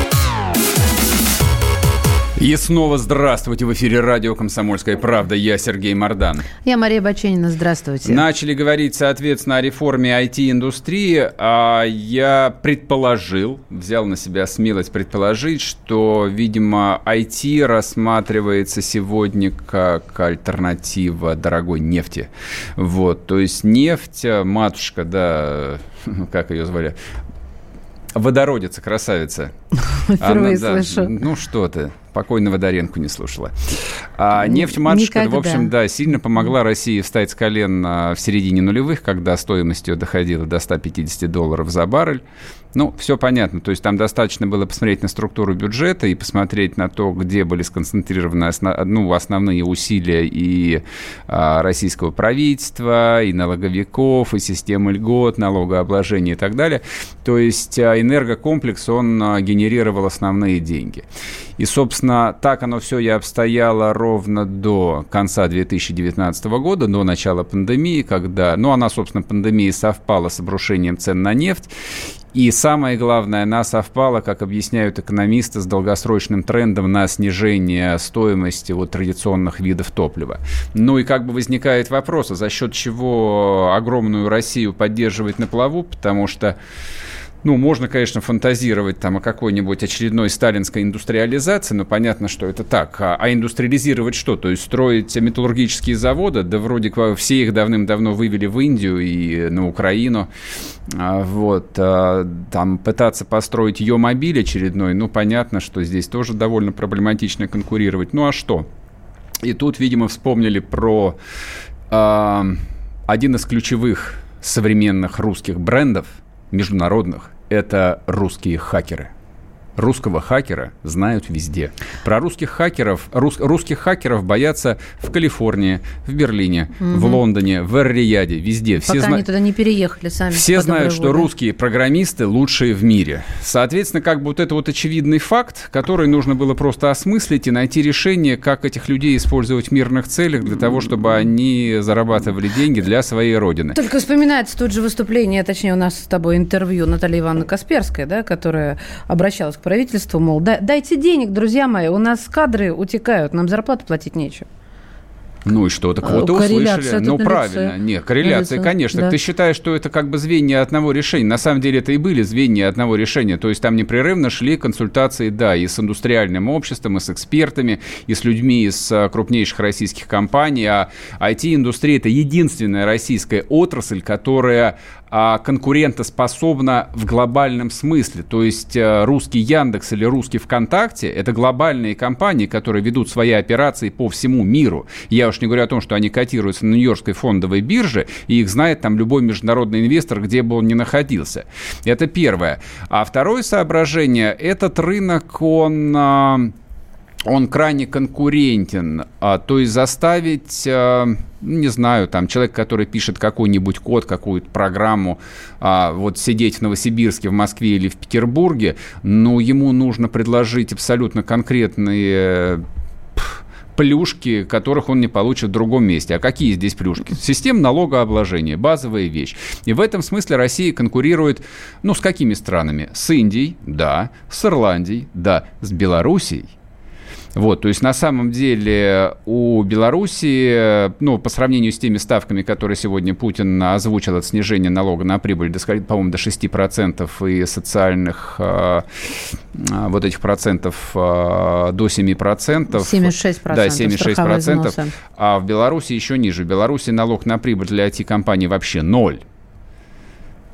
И снова здравствуйте. В эфире радио «Комсомольская правда». Я Сергей Мардан. Я Мария Баченина. Здравствуйте. Начали говорить, соответственно, о реформе ай ти-индустрии. А я предположил, взял на себя смелость предположить, что, видимо, ай ти рассматривается сегодня как альтернатива дорогой нефти. Вот. То есть нефть, матушка, да, как ее звали? Водородица, красавица. Впервые Она, слышу. Да, ну что ты, покойного Доренку не слушала. А нефть матушка, Никогда. в общем, да, сильно помогла России встать с колен в середине нулевых, когда стоимость ее доходила до ста пятидесяти долларов за баррель. Ну, все понятно. То есть там достаточно было посмотреть на структуру бюджета и посмотреть на то, где были сконцентрированы основ, ну, основные усилия и а, российского правительства, и налоговиков, и системы льгот, налогообложения и так далее. То есть а, энергокомплекс, он а, генерировал основные деньги. И, собственно, так оно все и обстояло ровно до конца две тысячи девятнадцатого года, до начала пандемии, когда, ну, она, собственно, пандемия совпала с обрушением цен на нефть. И самое главное, она совпала, как объясняют экономисты, с долгосрочным трендом на снижение стоимости вот, традиционных видов топлива. Ну и как бы возникает вопрос, а за счет чего огромную Россию поддерживать на плаву, потому что ну, можно, конечно, фантазировать там о какой-нибудь очередной сталинской индустриализации, но понятно, что это так. А, а индустриализировать что? То есть строить металлургические заводы? Да вроде как все их давным-давно вывели в Индию и на Украину. А, вот. А, там пытаться построить Е-мобиль очередной, ну, понятно, что здесь тоже довольно проблематично конкурировать. Ну, а что? И тут, видимо, вспомнили про а, один из ключевых современных русских брендов, международных, это русские хакеры. Русского хакера знают везде. Про русских хакеров, рус, русских хакеров боятся в Калифорнии, в Берлине, угу. в Лондоне, в Эр-Рияде, везде. Пока все они зна... туда не переехали сами. Все знают, что русские программисты лучшие в мире. Соответственно, как бы вот это вот очевидный факт, который нужно было просто осмыслить и найти решение, как этих людей использовать в мирных целях для того, чтобы они зарабатывали деньги для своей родины. Только вспоминается тут же выступление, точнее, у нас с тобой интервью Натальи Ивановны Касперской, да, которая обращалась к правительству, мол, дайте денег, друзья мои, у нас кадры утекают, нам зарплату платить нечего. Ну и что, так вот и услышали. Ну, правильно. Нет, корреляция, конечно. Да. Ты считаешь, что это как бы звенья одного решения. На самом деле это и были звенья одного решения. То есть там непрерывно шли консультации, да, и с индустриальным обществом, и с экспертами, и с людьми из крупнейших российских компаний. А ай ти-индустрия – это единственная российская отрасль, которая конкурентоспособна в глобальном смысле. То есть русский Яндекс или русский ВКонтакте – это глобальные компании, которые ведут свои операции по всему миру. Я уж не говорю о том, что они котируются на Нью-Йоркской фондовой бирже, и их знает там любой международный инвестор, где бы он ни находился. Это первое. А второе соображение – этот рынок, он... он крайне конкурентен, а, то есть заставить, а, не знаю, там, человека, который пишет какой-нибудь код, какую-то программу, а, вот сидеть в Новосибирске, в Москве или в Петербурге, но ему нужно предложить абсолютно конкретные плюшки, которых он не получит в другом месте. А какие здесь плюшки? Система налогообложения, базовая вещь. И в этом смысле Россия конкурирует, ну, с какими странами? С Индией, да, с Ирландией, да, с Белоруссией. Вот, то есть на самом деле у Белоруссии, ну, по сравнению с теми ставками, которые сегодня Путин озвучил от снижения налога на прибыль, до, по-моему, до шести процентов и социальных э, вот этих процентов э, до семи процентов. семьдесят шесть процентов. Да, семьдесят шесть процентов. А в Беларуси еще ниже. В Беларуси налог на прибыль для ай ти-компаний вообще ноль.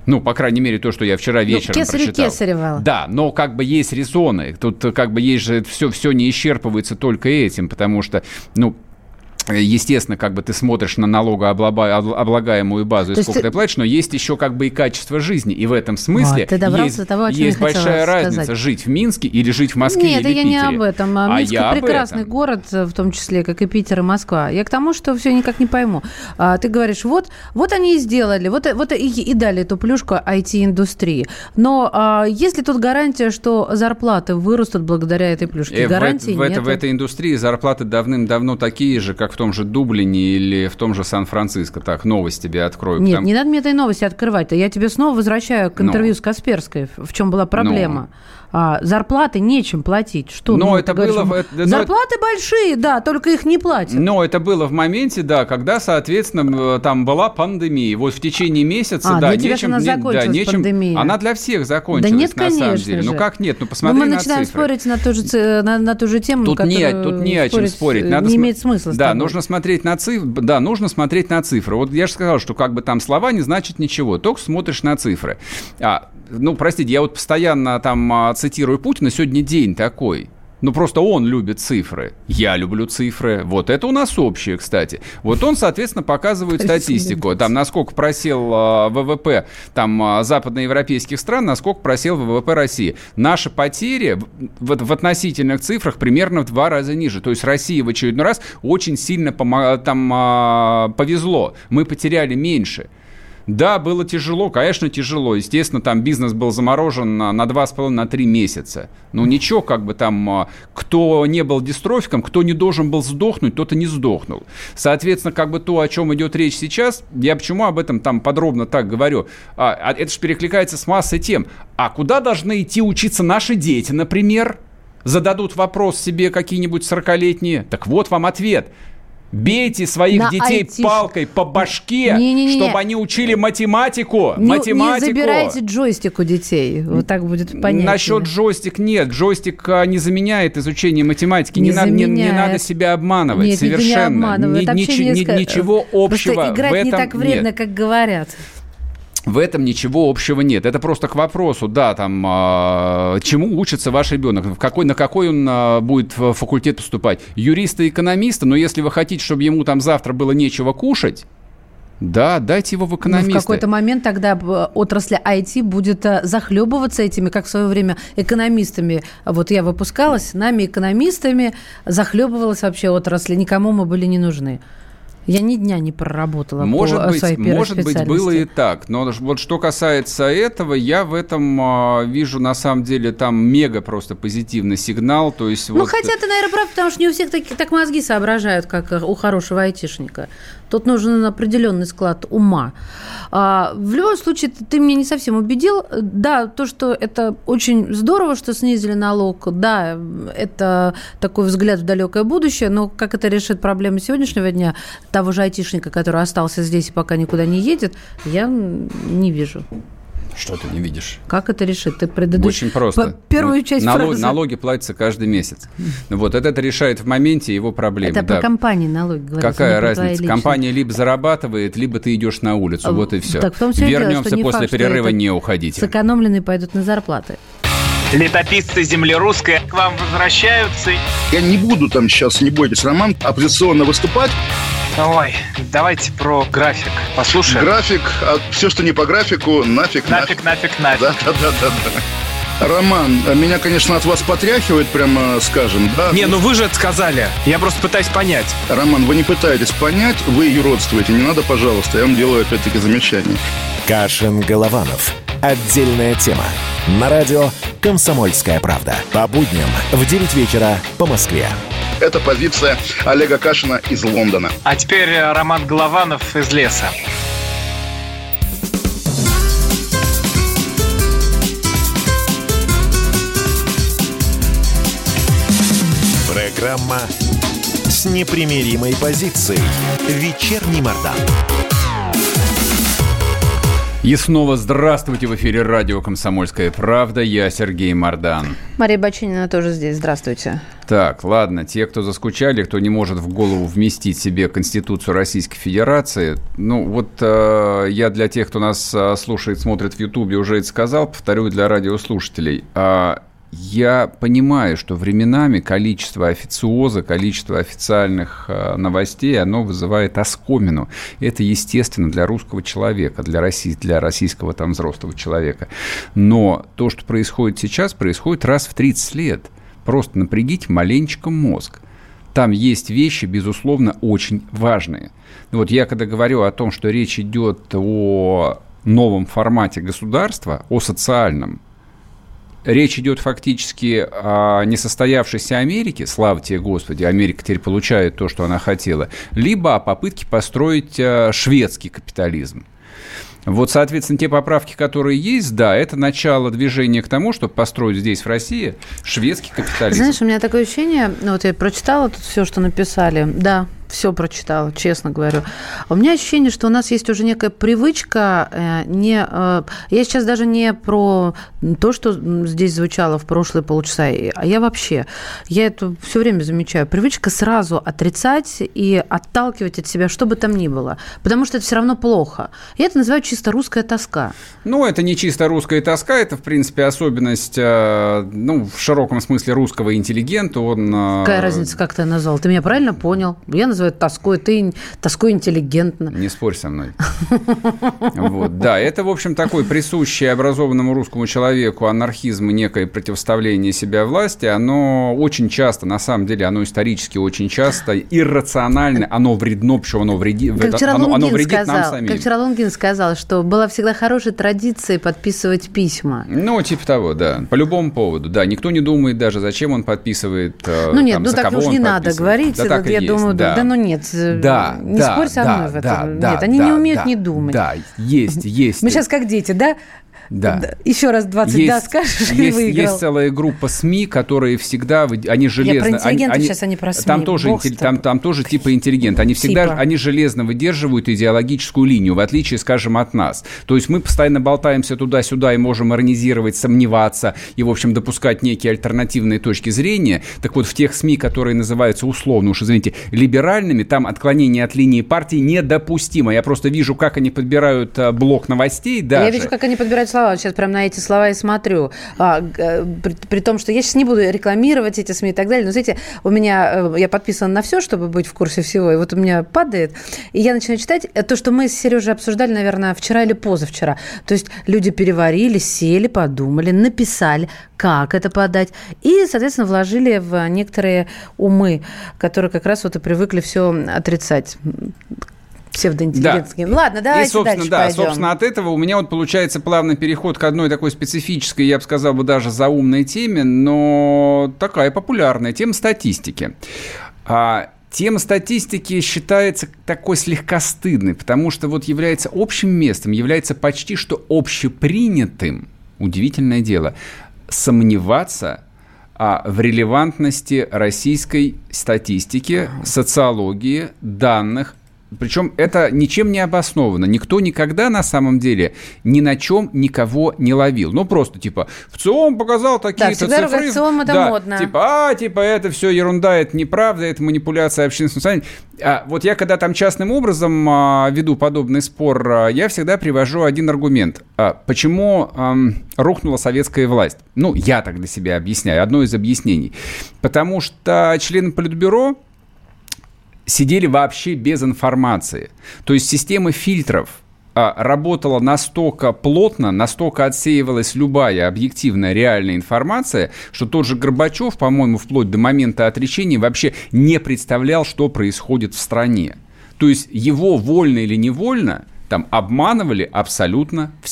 Ну, по крайней мере, то, что я вчера вечером ну, кесарю прочитал. Кесарева. Да, но как бы есть резоны. Тут как бы есть же все, все не исчерпывается только этим, потому что, ну, естественно, как бы ты смотришь на налогооблагаемую базу, и сколько ты... ты платишь, но есть еще как бы и качество жизни. И в этом смысле а, есть, того, есть большая разница, сказать. жить в Минске или жить в Москве Нет, или я Питере. не об этом. А Минск а прекрасный этом. город, в том числе, как и Питер и Москва. Я к тому, что все никак не пойму. А, ты говоришь, вот, вот они и сделали, вот, вот и, и дали эту плюшку ай ти-индустрии. Но а, есть ли тут гарантия, что зарплаты вырастут благодаря этой плюшке? И гарантии в, в, нет. Это, в этой индустрии зарплаты давным-давно такие же, как в том же Дублине или в том же Сан-Франциско. Так, новость тебе открою. Нет, потому... не надо мне этой новости открывать. Я тебе снова возвращаю к интервью no. с Касперской. В чем была проблема? No. А, зарплаты нечем платить. Что? Но ну, это было... Говоришь, это, зарплаты это... большие, да, только их не платят. Но это было в моменте, да, когда, соответственно, там была пандемия. Вот в течение месяца, а, да, для нечем... Она закончилась, да, нечем... пандемия. Она для всех закончилась, да нет, на конечно самом деле. же. Ну как нет? Ну посмотри Но мы на начинаем цифры. спорить на ту же, на, на ту же тему, тут нет, тут не о чем спорить. Надо не см... имеет смысла. Да, нужно смотреть на цифры. Да, нужно смотреть на цифры. Вот я же сказал, что как бы там слова не значат ничего, только смотришь на цифры. А, ну, простите, я вот постоянно там цитирую Путина, сегодня день такой. Ну, просто он любит цифры. Я люблю цифры. Вот это у нас общее, кстати. Вот он, соответственно, показывает статистику. Там, насколько просел э, ВВП там, западноевропейских стран, насколько просел ВВП России. Наши потери в, в относительных цифрах примерно в два раза ниже. То есть России в очередной раз очень сильно помо- там, э, повезло. Мы потеряли меньше. Да, было тяжело, конечно, тяжело. Естественно, там бизнес был заморожен на два с половиной, на три месяца. Ну, ничего, как бы там, кто не был дистрофиком, кто не должен был сдохнуть, тот и не сдохнул. Соответственно, как бы то, о чем идет речь сейчас, я почему об этом там подробно так говорю, а, это же перекликается с массой тем. А куда должны идти учиться наши дети, например? Зададут вопрос себе какие-нибудь сорокалетние. Так вот вам ответ. Бейте своих на детей ай ти... палкой по башке, не, не, не, чтобы не. они учили математику. Не, математику. Не забирайте джойстик у детей. Вот так будет понятнее. Насчет джойстик нет. Джойстик не заменяет изучение математики. Не, не, надо, не, не надо себя обманывать. Нет, совершенно. Не обманывает. Ни, ни, ни, ничего общего Просто играть в этом не так вредно, нет. как говорят. В этом ничего общего нет. Это просто к вопросу, да, там, э, чему учится ваш ребенок, в какой, на какой он э, будет в факультет поступать. Юриста и экономиста, но если вы хотите, чтобы ему там завтра было нечего кушать, да, дайте его в экономисты. Ну, в какой-то момент тогда отрасль ай ти будет захлебываться этими, как в свое время экономистами. Вот я выпускалась, нами экономистами захлебывалась вообще отрасль. Никому мы были не нужны. Я ни дня не проработала может по быть, своей первой может быть, было и так. Но вот что касается этого, я в этом а, вижу, на самом деле, там мега просто позитивный сигнал. То есть, ну, вот... хотя ты, наверное, прав, потому что не у всех так, так мозги соображают, как у хорошего айтишника. Тут нужен определенный склад ума. А, в любом случае, ты, ты меня не совсем убедил. Да, то, что это очень здорово, что снизили налог. Да, это такой взгляд в далекое будущее. Но как это решит проблемы сегодняшнего дня того же айтишника, который остался здесь и пока никуда не едет, я не вижу. Что ты не видишь? Как это решит? Ты предыдущую... Очень просто. Первую часть Налог, фразы. Налоги платятся каждый месяц. Вот это, это решает в моменте его проблемы. Это да. про компании налоги говорится. Какая разница? Компания либо зарабатывает, либо ты идешь на улицу. А, вот и все. Так в том все Вернемся дело, после факт, перерыва, не уходите. Сэкономленные пойдут на зарплаты. Летописцы земли русской к вам возвращаются. Я не буду там сейчас, не бойтесь, Роман, оппозиционно выступать. Ой, давайте про график послушаем. График, а все, что не по графику, нафиг, нафиг. Нафиг, нафиг, нафиг. Да, да, да, да, да. Роман, меня, конечно, от вас потряхивает, прямо скажем, да? Не, ну вы же это сказали. Я просто пытаюсь понять. Роман, вы не пытаетесь понять, вы юродствуете. Не надо, пожалуйста, я вам делаю опять-таки замечание. Кашин-Голованов. Отдельная тема. На радио «Комсомольская правда». По будням в девять вечера по Москве. Это позиция Олега Кашина из Лондона. А теперь Роман Голованов из леса. Программа с непримиримой позицией. Вечерний Мордан. И снова здравствуйте, в эфире радио «Комсомольская правда». Я Сергей Мордан. Мария Бачинина тоже здесь. Здравствуйте. Так, ладно, те, кто заскучали, кто не может в голову вместить себе Конституцию Российской Федерации, ну вот э, я для тех, кто нас э, слушает, смотрит в Ютубе, уже это сказал, повторю для радиослушателей. Э, Я понимаю, что временами количество официоза, количество официальных э, новостей, оно вызывает оскомину. Это естественно для русского человека, для, России, для российского там взрослого человека. Но то, что происходит сейчас, происходит раз в тридцать лет. Просто напрягите маленечко мозг. Там есть вещи, безусловно, очень важные. Вот я когда говорю о том, что речь идет о новом формате государства, о социальном, речь идет фактически о несостоявшейся Америке, слава тебе, Господи, Америка теперь получает то, что она хотела, либо о попытке построить шведский капитализм. Вот, соответственно, те поправки, которые есть, да, это начало движения к тому, чтобы построить здесь, в России, шведский капитализм. Знаешь, у меня такое ощущение, ну, вот я прочитала тут все, что написали, да, все прочитала, честно говорю. У меня ощущение, что у нас есть уже некая привычка, э, не, э, я сейчас даже не про то, что здесь звучало в прошлые полчаса, а я вообще, я это все время замечаю, привычка сразу отрицать и отталкивать от себя, что бы там ни было, потому что это все равно плохо. Я это называю чисто русская тоска. Ну, это не чисто русская тоска, это, в принципе, особенность, э, ну, в широком смысле русского интеллигента. Он, э... Какая разница, как ты назвал? Ты меня правильно понял? Я называю это тоской, ты тоской интеллигентно. Не спорь со мной. Вот, да, это, в общем, такой присущий образованному русскому человеку анархизм и некое противоставление себя власти, оно очень часто, на самом деле, оно исторически очень часто иррационально, оно вредно, почему оно вредит, как вчера оно, оно вредит сказал, нам самим. Как вчера Лунгин сказал, что была всегда хорошей традицией подписывать письма. Ну, типа того, да, по любому поводу, да, никто не думает даже, зачем он подписывает, ну нет, там, ну за так кого уж он не надо говорить, да, так я и думаю, есть, да. да ну нет, да, не да, спорь со да, мной в этом, да, нет, да, они да, не умеют да, не думать. Да, есть, есть. Мы сейчас как дети, да? Да. Еще раз двадцать есть, да скажешь, есть, и выиграл. Есть целая группа СМИ, которые всегда, они железно... Я про интеллигентов они, сейчас, а не про СМИ. Там тоже, там, там тоже типа интеллигент. Они всегда, типа. Они железно выдерживают идеологическую линию, в отличие, скажем, от нас. То есть мы постоянно болтаемся туда-сюда и можем иронизировать, сомневаться и, в общем, допускать некие альтернативные точки зрения. Так вот, в тех СМИ, которые называются условно, уж извините, либеральными, там отклонение от линии партии недопустимо. Я просто вижу, как они подбирают блок новостей даже. Я вижу, как они подбирают слова. Сейчас прям на эти слова и смотрю. А, при, при том, что я сейчас не буду рекламировать эти СМИ и так далее, но, знаете, у меня, я подписана на все, чтобы быть в курсе всего, и вот у меня падает, и я начинаю читать то, что мы с Сережей обсуждали, наверное, вчера или позавчера. То есть люди переварили, сели, подумали, написали, как это подать, и, соответственно, вложили в некоторые умы, которые как раз вот и привыкли все отрицать. Псевдоинтеллигентские. Да. Ладно, давайте и, собственно, дальше да, пойдем. Собственно, от этого у меня вот получается плавный переход к одной такой специфической, я бы сказал бы, даже заумной теме, но такая популярная тема статистики. А, тема статистики считается такой слегка стыдной, потому что вот является общим местом, является почти что общепринятым, удивительное дело, сомневаться а, в релевантности российской статистики, социологии, данных. Причем это ничем не обосновано. Никто никогда на самом деле ни на чем никого не ловил. Ну, просто типа ВЦИОМ показал такие-то да, цифры. Да, ВЦИОМ это да, модно. Типа, а, типа, это все ерунда, это неправда, это манипуляция общественного сознания. А вот я когда там частным образом а, веду подобный спор, а, я всегда привожу один аргумент. А, почему а, рухнула советская власть? Ну, я так для себя объясняю. Одно из объяснений. Потому что члены Политбюро сидели вообще без информации. То есть система фильтров а, работала настолько плотно, настолько отсеивалась любая объективная реальная информация, что тот же Горбачев, по-моему, вплоть до момента отречения вообще не представлял, что происходит в стране. То есть его вольно или невольно там обманывали абсолютно все.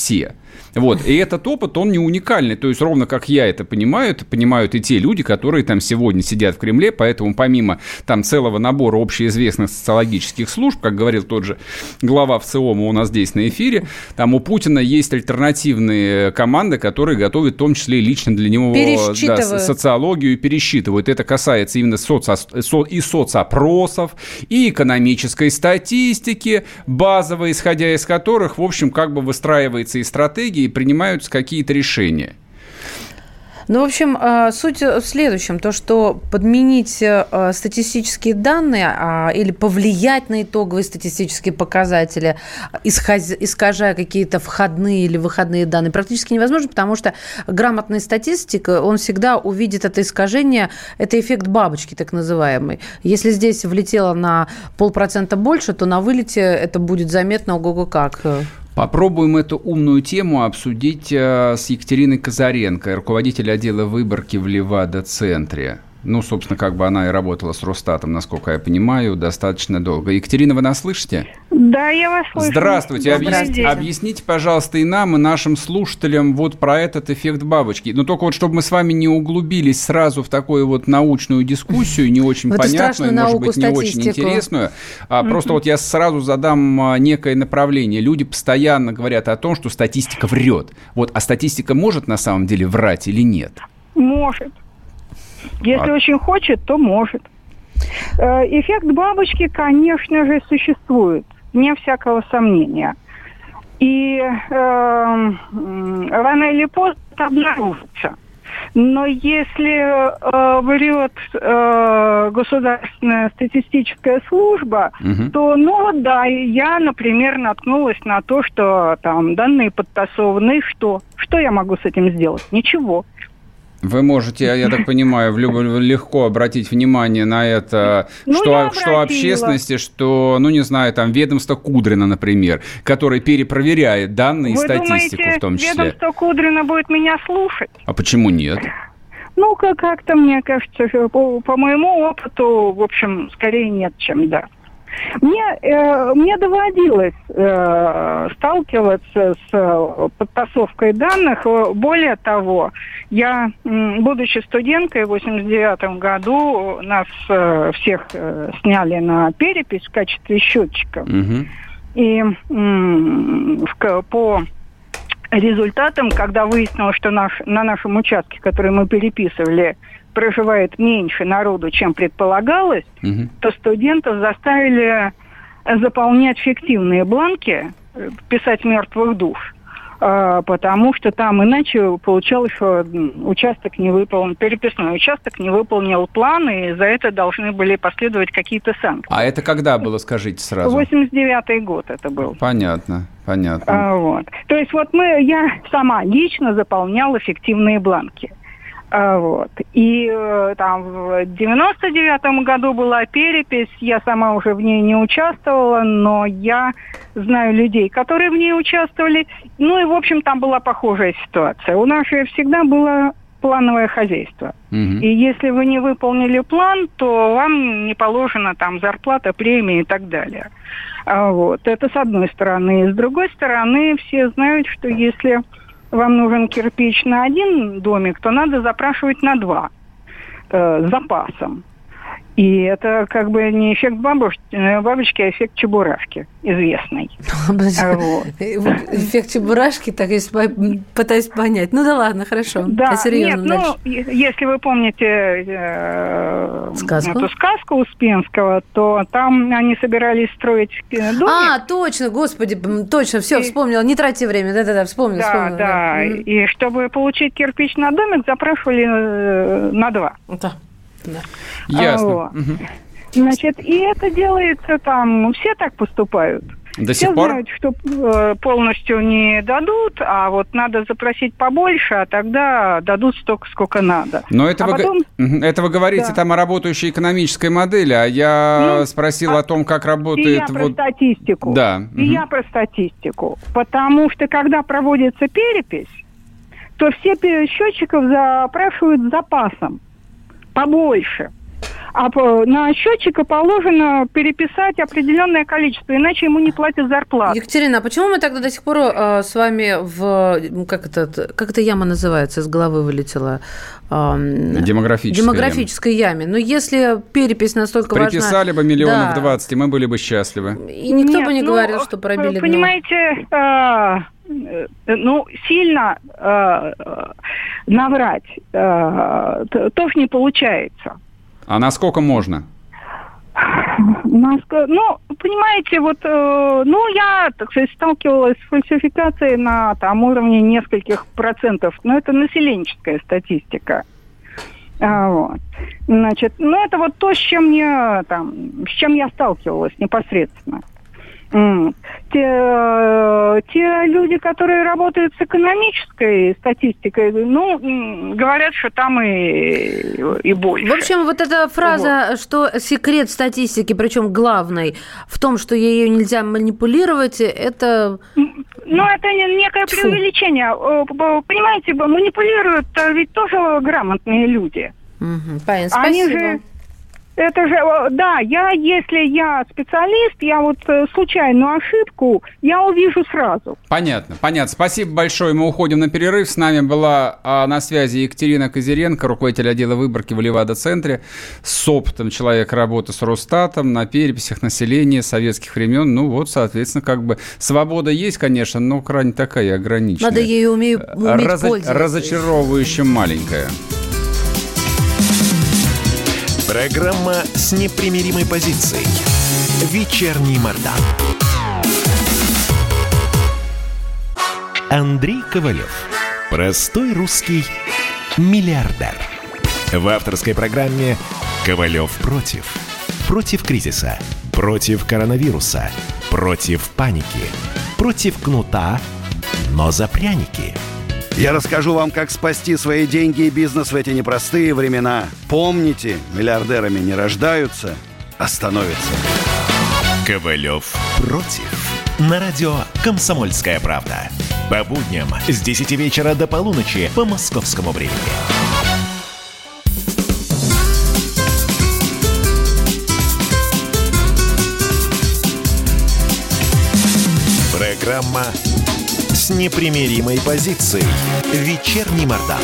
Вот. И этот опыт, он не уникальный. То есть, ровно как я это понимаю, это понимают и те люди, которые там сегодня сидят в Кремле. Поэтому помимо там целого набора общеизвестных социологических служб, как говорил тот же глава ВЦИОМа у нас здесь на эфире, там у Путина есть альтернативные команды, которые готовят в том числе и лично для него да, социологию и пересчитывают. Это касается именно соцо- со- и соцопросов, и экономической статистики, базовой, исходя из которых, в общем, как бы выстраивается и стратегия, и принимаются какие-то решения. Ну, в общем, суть в следующем. То, что подменить статистические данные или повлиять на итоговые статистические показатели, искажая какие-то входные или выходные данные, практически невозможно, потому что грамотный статистик, он всегда увидит это искажение, это эффект бабочки, так называемый. Если здесь влетело на полпроцента больше, то на вылете это будет заметно ого-го как. Попробуем эту умную тему обсудить с Екатериной Казаренко, руководитель отдела выборки в Левада-центре. Ну, собственно, как бы она и работала с Росстатом, насколько я понимаю, достаточно долго. Екатерина, вы нас слышите? Да, я вас слышу. Здравствуйте. Объясните, объясните, пожалуйста, и нам, и нашим слушателям вот про этот эффект бабочки. Но только вот, чтобы мы с вами не углубились сразу в такую вот научную дискуссию, не очень понятную, может быть, не очень интересную. А просто вот я сразу задам некое направление. Люди постоянно говорят о том, что статистика врет. Вот, а статистика может на самом деле врать или нет? Может. Если а... очень хочет, то может. Эффект бабочки, конечно же, существует, вне всякого сомнения. И э, рано или поздно это обнаружится. Но если э, врет э, государственная статистическая служба, угу. то, ну да, я, например, наткнулась на то, что там данные подтасованы. Что? Что я могу с этим сделать? Ничего. Вы можете, я так понимаю, легко обратить внимание на это, ну, что, что общественности, что, ну, не знаю, там, ведомство Кудрина, например, которое перепроверяет данные и статистику думаете, в том числе. Ведомство Кудрина будет меня слушать? А почему нет? Ну, как-то, мне кажется, по, по моему опыту, в общем, скорее нет, чем да. Мне, э, мне доводилось э, сталкиваться с э, подтасовкой данных. Более того, я, будучи студенткой, в восемьдесят девятом году нас э, всех э, сняли на перепись в качестве счетчиков. Угу. И э, в, по результатам, когда выяснилось, что наш, на нашем участке, который мы переписывали, проживает меньше народу, чем предполагалось, угу. то студентов заставили заполнять фиктивные бланки, писать мертвых душ, потому что там иначе получалось, что участок не выполнил, переписной участок не выполнил план, и за это должны были последовать какие-то санкции. А это когда было, скажите сразу? восемьдесят девятый год это был. Понятно, понятно. А, вот. То есть вот мы, я сама лично заполняла фиктивные бланки. А, вот. И э, там в девяносто девятом году была перепись, я сама уже в ней не участвовала, но я знаю людей, которые в ней участвовали. Ну и, в общем, там была похожая ситуация. У нас же всегда было плановое хозяйство. Mm-hmm. И если вы не выполнили план, то вам не положена там зарплата, премия и так далее. А, вот. Это с одной стороны. И с другой стороны, все знают, что если вам нужен кирпич на один домик, то надо запрашивать на два э, с запасом. И это как бы не эффект бабочки, бабочки, а эффект чебурашки, известный. Вот. Эффект чебурашки, так я пытаюсь понять. Ну да ладно, хорошо. Да, нет, ну, если вы помните э, сказку? эту сказку Успенского, то там они собирались строить домик. А, точно, господи, точно, все, и... вспомнила, не тратьте время, да-да-да, вспомнила, да, вспомнила. Да, да, и чтобы получить кирпич на домик, запрашивали э, на два. Да. Да. Ясно. А, угу. Значит, и это делается там, все так поступают. До все сих пор? Знают, что э, полностью не дадут, а вот надо запросить побольше, а тогда дадут столько, сколько надо. Но это, а вы, потом... это вы говорите да. там о работающей экономической модели, а я ну, спросил а... о том, как работает... И я вот... про статистику. Да. И угу. я про статистику. Потому что, когда проводится перепись, то все счетчиков запрашивают с запасом. Побольше. А на счетчика положено переписать определенное количество, иначе ему не платят зарплату. Екатерина, а почему мы тогда до сих пор э, с вами в... Как это, как эта яма называется? Из головы вылетела. Э, демографической, демографической яме. яме. Но если перепись настолько важна... Приписали бы миллионов да. двадцать, и мы были бы счастливы. И никто Нет, бы не ну, говорил, что пробили понимаете, э, ну, сильно э, наврать э, тоже не получается. А насколько можно? Ну, понимаете, вот, э, ну, я, так сказать, сталкивалась с фальсификацией на там уровне нескольких процентов, но это населенческая статистика. А, вот. Значит, ну, это вот то, с чем мне, там, с чем я сталкивалась непосредственно. Mm. Те, те люди, которые работают с экономической статистикой, ну, говорят, что там и, и больше. В общем, вот эта фраза, вот. Что секрет статистики, причем главный, в том, что ее нельзя манипулировать, это... Ну, это некое Тьфу. преувеличение. Понимаете, манипулируют ведь тоже грамотные люди. Угу. Понятно, спасибо. Они же... Это же, да, я, если я специалист, я вот случайную ошибку, я увижу сразу. Понятно, понятно. Спасибо большое. Мы уходим на перерыв. С нами была а, на связи Екатерина Козыренко, руководитель отдела выборки в Левада-центре, с опытом человека работы с Росстатом, на переписях населения советских времен. Ну вот, соответственно, как бы свобода есть, конечно, но крайне такая ограниченная. Надо ею уметь Разо- пользоваться. Разочаровывающе маленькая. Программа с непримиримой позицией. Вечерний Мордан. Андрей Ковалев. Простой русский миллиардер. В авторской программе «Ковалев против». Против кризиса. Против коронавируса. Против паники. Против кнута, но за пряники. Я расскажу вам, как спасти свои деньги и бизнес в эти непростые времена. Помните, миллиардерами не рождаются, а становятся. Ковалев против. На радио «Комсомольская правда». По будням с десяти вечера до полуночи по московскому времени. Программа с непримиримой позицией. Вечерний Мордан.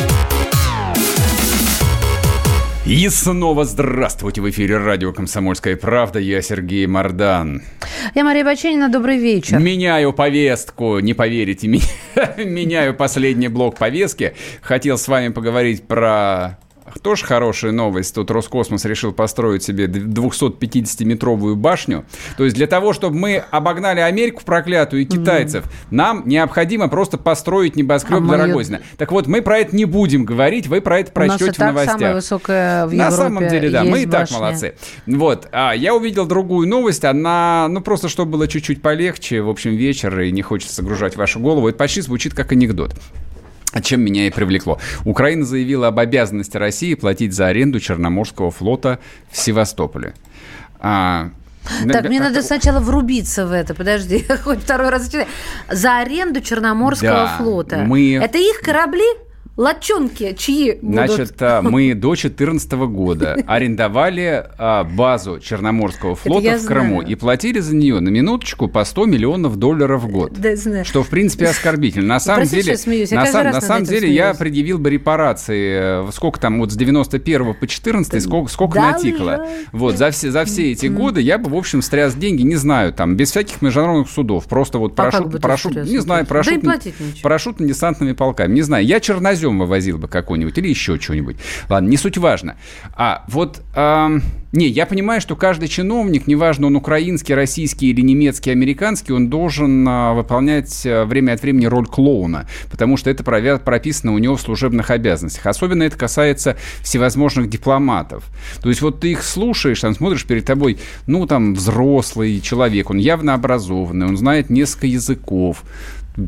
И снова здравствуйте. В эфире радио «Комсомольская правда». Я Сергей Мордан. Я Мария Баченина. Добрый вечер. Меняю повестку. Не поверите, меняю последний блок повестки. Хотел с вами поговорить про... Тоже хорошая новость. Тут Роскосмос решил построить себе двухсотпятидесятиметровую башню. То есть для того, чтобы мы обогнали Америку проклятую и китайцев, mm. нам необходимо просто построить небоскреб а для Рогозина. Ее... Так вот, мы про это не будем говорить, вы про это прочтете в новостях. Самая высокая в Европе. На самом деле, да, мы и так башня. молодцы. Вот, а я увидел другую новость, она, ну просто чтобы было чуть-чуть полегче, в общем, вечер, и не хочется загружать вашу голову. Это почти звучит как анекдот. Чем меня и привлекло. Украина заявила об обязанности России платить за аренду Черноморского флота в Севастополе. А, так, мне надо сначала врубиться в это. Подожди, хоть второй раз. За аренду Черноморского да, флота. Мы... Это их корабли? Латчонки чьи Значит, будут? мы до две тысячи четырнадцатого года арендовали а, базу Черноморского флота в Крыму знаю. И платили за нее на минуточку по сто миллионов долларов в год. Да, знаю. Что, в принципе, оскорбительно. На самом Прости, деле, смеюсь. на, сам, на самом деле смеюсь. я предъявил бы репарации. Сколько там, вот с девяносто первого по четырнадцатый, сколько, сколько да, натикало. Вот, за все, за все эти mm. годы я бы, в общем, стряс деньги, не знаю, там, без всяких международных судов. Просто вот а парашют, парашют не знаю, парашют, да парашютно-десантными полками. Не знаю, я чернозем вывозил бы как какой-нибудь или еще что-нибудь. Ладно, не суть важно. А вот, эм, не, я понимаю, что каждый чиновник, неважно, он украинский, российский или немецкий, американский, он должен э, выполнять э, время от времени роль клоуна, потому что это прописано у него в служебных обязанностях. Особенно это касается всевозможных дипломатов. То есть вот ты их слушаешь, там смотришь перед тобой, ну, там, взрослый человек, он явно образованный, он знает несколько языков.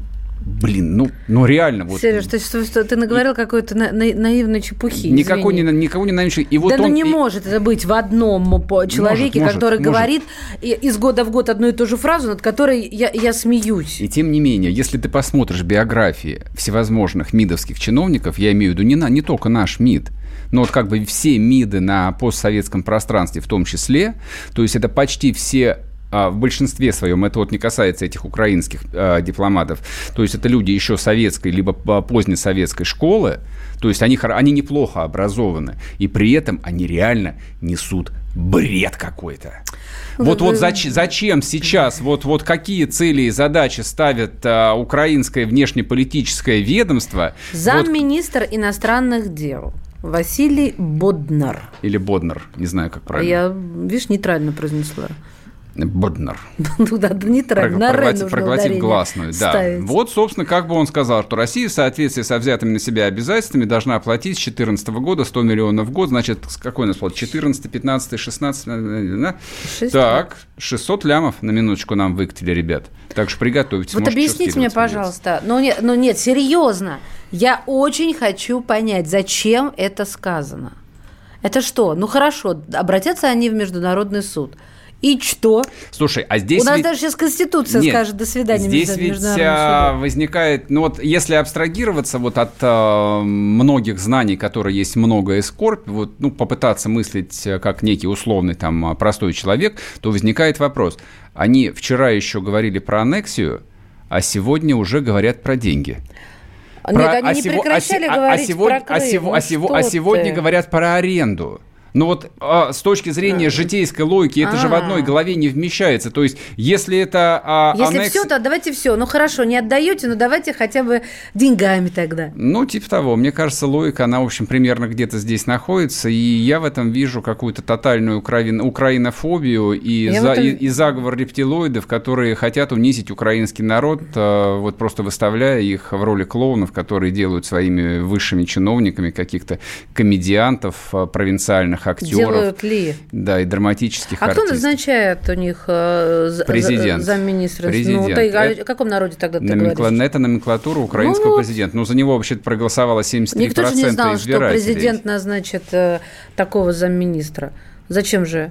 Блин, ну, ну реально. Вот. Сереж, ты, что, что, ты наговорил какой-то на, на, наивной чепухи. Никакой не, никого не наивной. И вот да он, ну не и... может это быть в одном человеке, может, который может, говорит может. из года в год одну и ту же фразу, над которой я, я смеюсь. И тем не менее, если ты посмотришь биографии всевозможных мидовских чиновников, я имею в виду не, на, не только наш МИД, но вот как бы все МИДы на постсоветском пространстве в том числе, то есть это почти все... в большинстве своем, это вот не касается этих украинских э, дипломатов, то есть это люди еще советской, либо позднесоветской школы, то есть они, они неплохо образованы, и при этом они реально несут бред какой-то. Вот, вот зач, зачем сейчас, вот, вот какие цели и задачи ставит а, украинское внешнеполитическое ведомство? Замминистр вот... иностранных дел Василий Боднар. Или Боднар, не знаю, как правильно. Я, видишь, нейтрально произнесла. Боднар. Ну да, нейтрально. Проглотив, проглотив гласную. Да. Вот, собственно, как бы он сказал, что Россия в соответствии со взятыми на себя обязательствами должна оплатить с две тысячи четырнадцатого года сто миллионов в год. Значит, какой у нас плат? четырнадцатый, пятнадцатый, шестнадцатый, да? Так, шестьсот лямов на минуточку нам выкатили, ребят. Так что приготовьтесь. Вот объясните мне, пожалуйста. Ну нет, ну нет, серьезно. Я очень хочу понять, зачем это сказано. Это что? Ну хорошо, обратятся они в Международный суд. И что? Слушай, а здесь... У нас ведь... даже сейчас Конституция Нет, скажет «до свидания». Здесь ведь а, возникает... Ну вот если абстрагироваться вот от а, многих знаний, которые есть много и скорбь, вот, ну, попытаться мыслить как некий условный там простой человек, то возникает вопрос. Они вчера еще говорили про аннексию, а сегодня уже говорят про деньги. Нет, про, они а не сего, прекращали а, говорить а сегодня, про Крым. А, сего, ну, а, сего, а сегодня говорят про аренду. Ну вот а, с точки зрения житейской логики это А-а-а. же в одной голове не вмещается. То есть если это а, Если аннекс... все, то давайте все. Ну хорошо, не отдаете, но давайте хотя бы деньгами тогда. Ну типа того. Мне кажется, логика, она, в общем, примерно где-то здесь находится. И я в этом вижу какую-то тотальную украин... украинофобию и, за... этом... и, и заговор рептилоидов, которые хотят унизить украинский народ, а, вот просто выставляя их в роли клоунов, которые делают своими высшими чиновниками каких-то комедиантов а, провинциальных актеров. Делают ли? Да, и драматических а артистов. А кто назначает у них э, Президент. замминистра? Президент. Ну, ты, о каком народе тогда ты Номенкла... говоришь? Это номенклатура украинского ну, президента. Ну, за него вообще-то проголосовало семьдесят три процента избирателей. Никто же не знал, что президент назначит э, такого замминистра. Зачем же?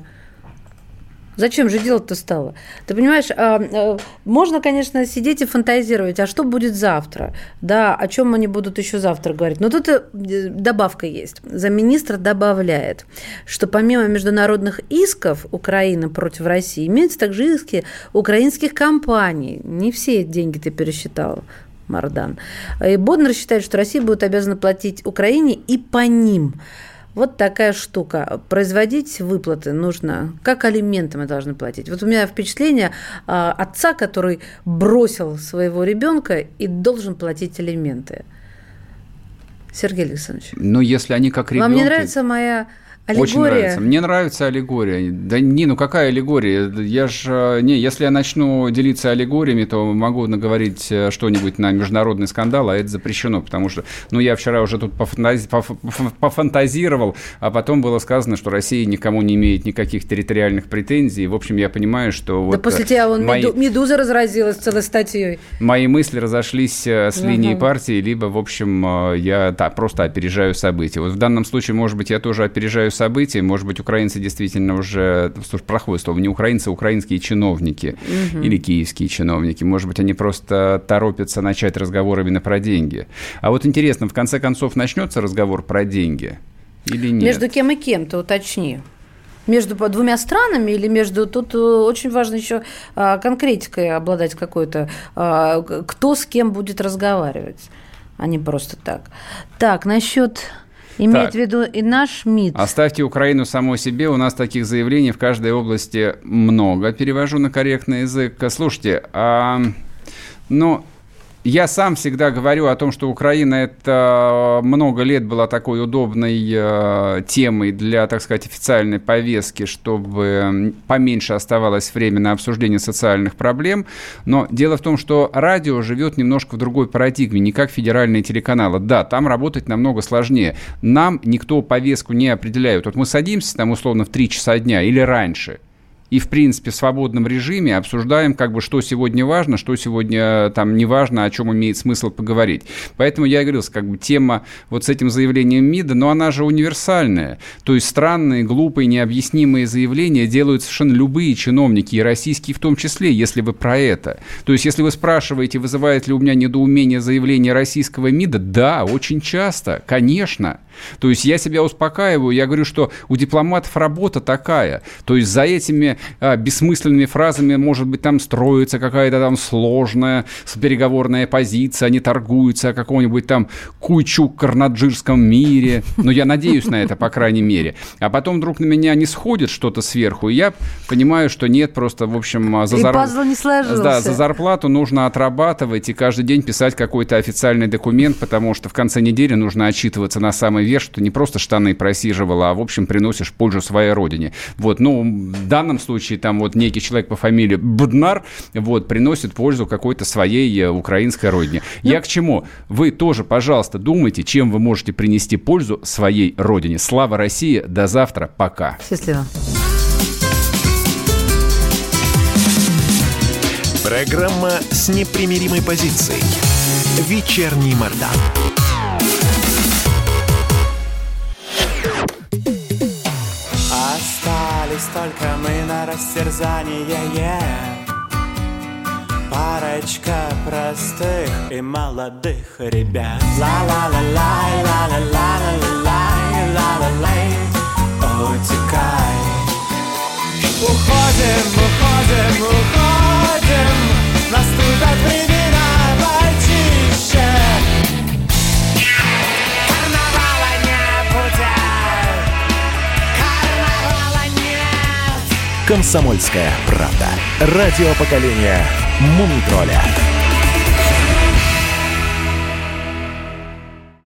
Зачем же делать-то стало? Ты понимаешь, можно, конечно, сидеть и фантазировать, а что будет завтра? Да, о чем они будут еще завтра говорить? Но тут добавка есть. Замминистр добавляет, что помимо международных исков Украины против России, имеются также иски украинских компаний. Не все деньги ты пересчитал, Мардан. И Боднар считает, что Россия будет обязана платить Украине и по ним. Вот такая штука. Производить выплаты нужно, как алименты мы должны платить. Вот у меня впечатление а, отца, который бросил своего ребенка и должен платить алименты. Сергей Александрович. Ну, если они как ребенки... Вам не нравится моя... Аллегория. Очень нравится. Мне нравится аллегория. Да не, ну какая аллегория? Я ж, не, если я начну делиться аллегориями, то могу наговорить что-нибудь на международный скандал, а это запрещено, потому что, ну, я вчера уже тут пофантази- пофантазировал, а потом было сказано, что Россия никому не имеет никаких территориальных претензий. В общем, я понимаю, что... Да вот после тебя вон мои... «Медуза» разразилась целой статьей. Мои мысли разошлись с линией ага. партии, либо, в общем, я да, просто опережаю события. Вот в данном случае, может быть, я тоже опережаю события. Может быть, украинцы действительно уже... Слушай, плохое слово. Не украинцы, а украинские чиновники. Угу. Или киевские чиновники. Может быть, они просто торопятся начать разговор именно про деньги. А вот интересно, в конце концов, начнется разговор про деньги или нет? Между кем и кем, ты уточни. Между двумя странами или между... Тут очень важно еще конкретикой обладать какой-то. Кто с кем будет разговаривать, а не просто так. Так, насчет... Имеет так. в виду и наш МИД. Оставьте Украину самой себе. У нас таких заявлений в каждой области много. Перевожу на корректный язык. Слушайте, а, ну, я сам всегда говорю о том, что Украина это много лет была такой удобной э, темой для, так сказать, официальной повестки, чтобы поменьше оставалось время на обсуждение социальных проблем. Но дело в том, что радио живет немножко в другой парадигме, не как федеральные телеканалы. Да, там работать намного сложнее. Нам никто повестку не определяет. Вот мы садимся там условно в три часа дня или раньше. и, в принципе, в свободном режиме обсуждаем, как бы, что сегодня важно, что сегодня там не важно, о чем имеет смысл поговорить. Поэтому я говорил, как бы тема вот с этим заявлением МИДа, но она же универсальная. То есть странные, глупые, необъяснимые заявления делают совершенно любые чиновники, и российские в том числе, если вы про это. То есть если вы спрашиваете, вызывает ли у меня недоумение заявление российского МИДа, да, очень часто, конечно. То есть я себя успокаиваю, я говорю, что у дипломатов работа такая. То есть за этими а, бессмысленными фразами, может быть, там строится какая-то там сложная переговорная позиция, они торгуются о каком-нибудь там куйчук-карнаджирском мире. Но я надеюсь на это, по крайней мере. А потом вдруг на меня не сходит что-то сверху, и я понимаю, что нет, просто, в общем, за, зар... не сложился. Да, за зарплату нужно отрабатывать и каждый день писать какой-то официальный документ, потому что в конце недели нужно отчитываться на самый верх, что ты не просто штаны просиживал, а, в общем, приносишь пользу своей родине. Вот, ну, в данном случае, там, вот, некий человек по фамилии Буднар, вот, приносит пользу какой-то своей украинской родине. Ну, я к чему? Вы тоже, пожалуйста, думайте, чем вы можете принести пользу своей родине. Слава России! До завтра. Пока. Счастливо. Программа с непримиримой позицией. Вечерний Мордан. Остались только мы на растерзание, yeah. Парочка простых и молодых ребят. Ла-ла-ла-лай, ла-ла-ла-ла-лай, ла-ла-лай, утекай. Уходим, уходим, уходим, наступят времена почище. Карнавала не будет, карнавала нет. «Комсомольская правда». Радио поколения Мумий-тролля.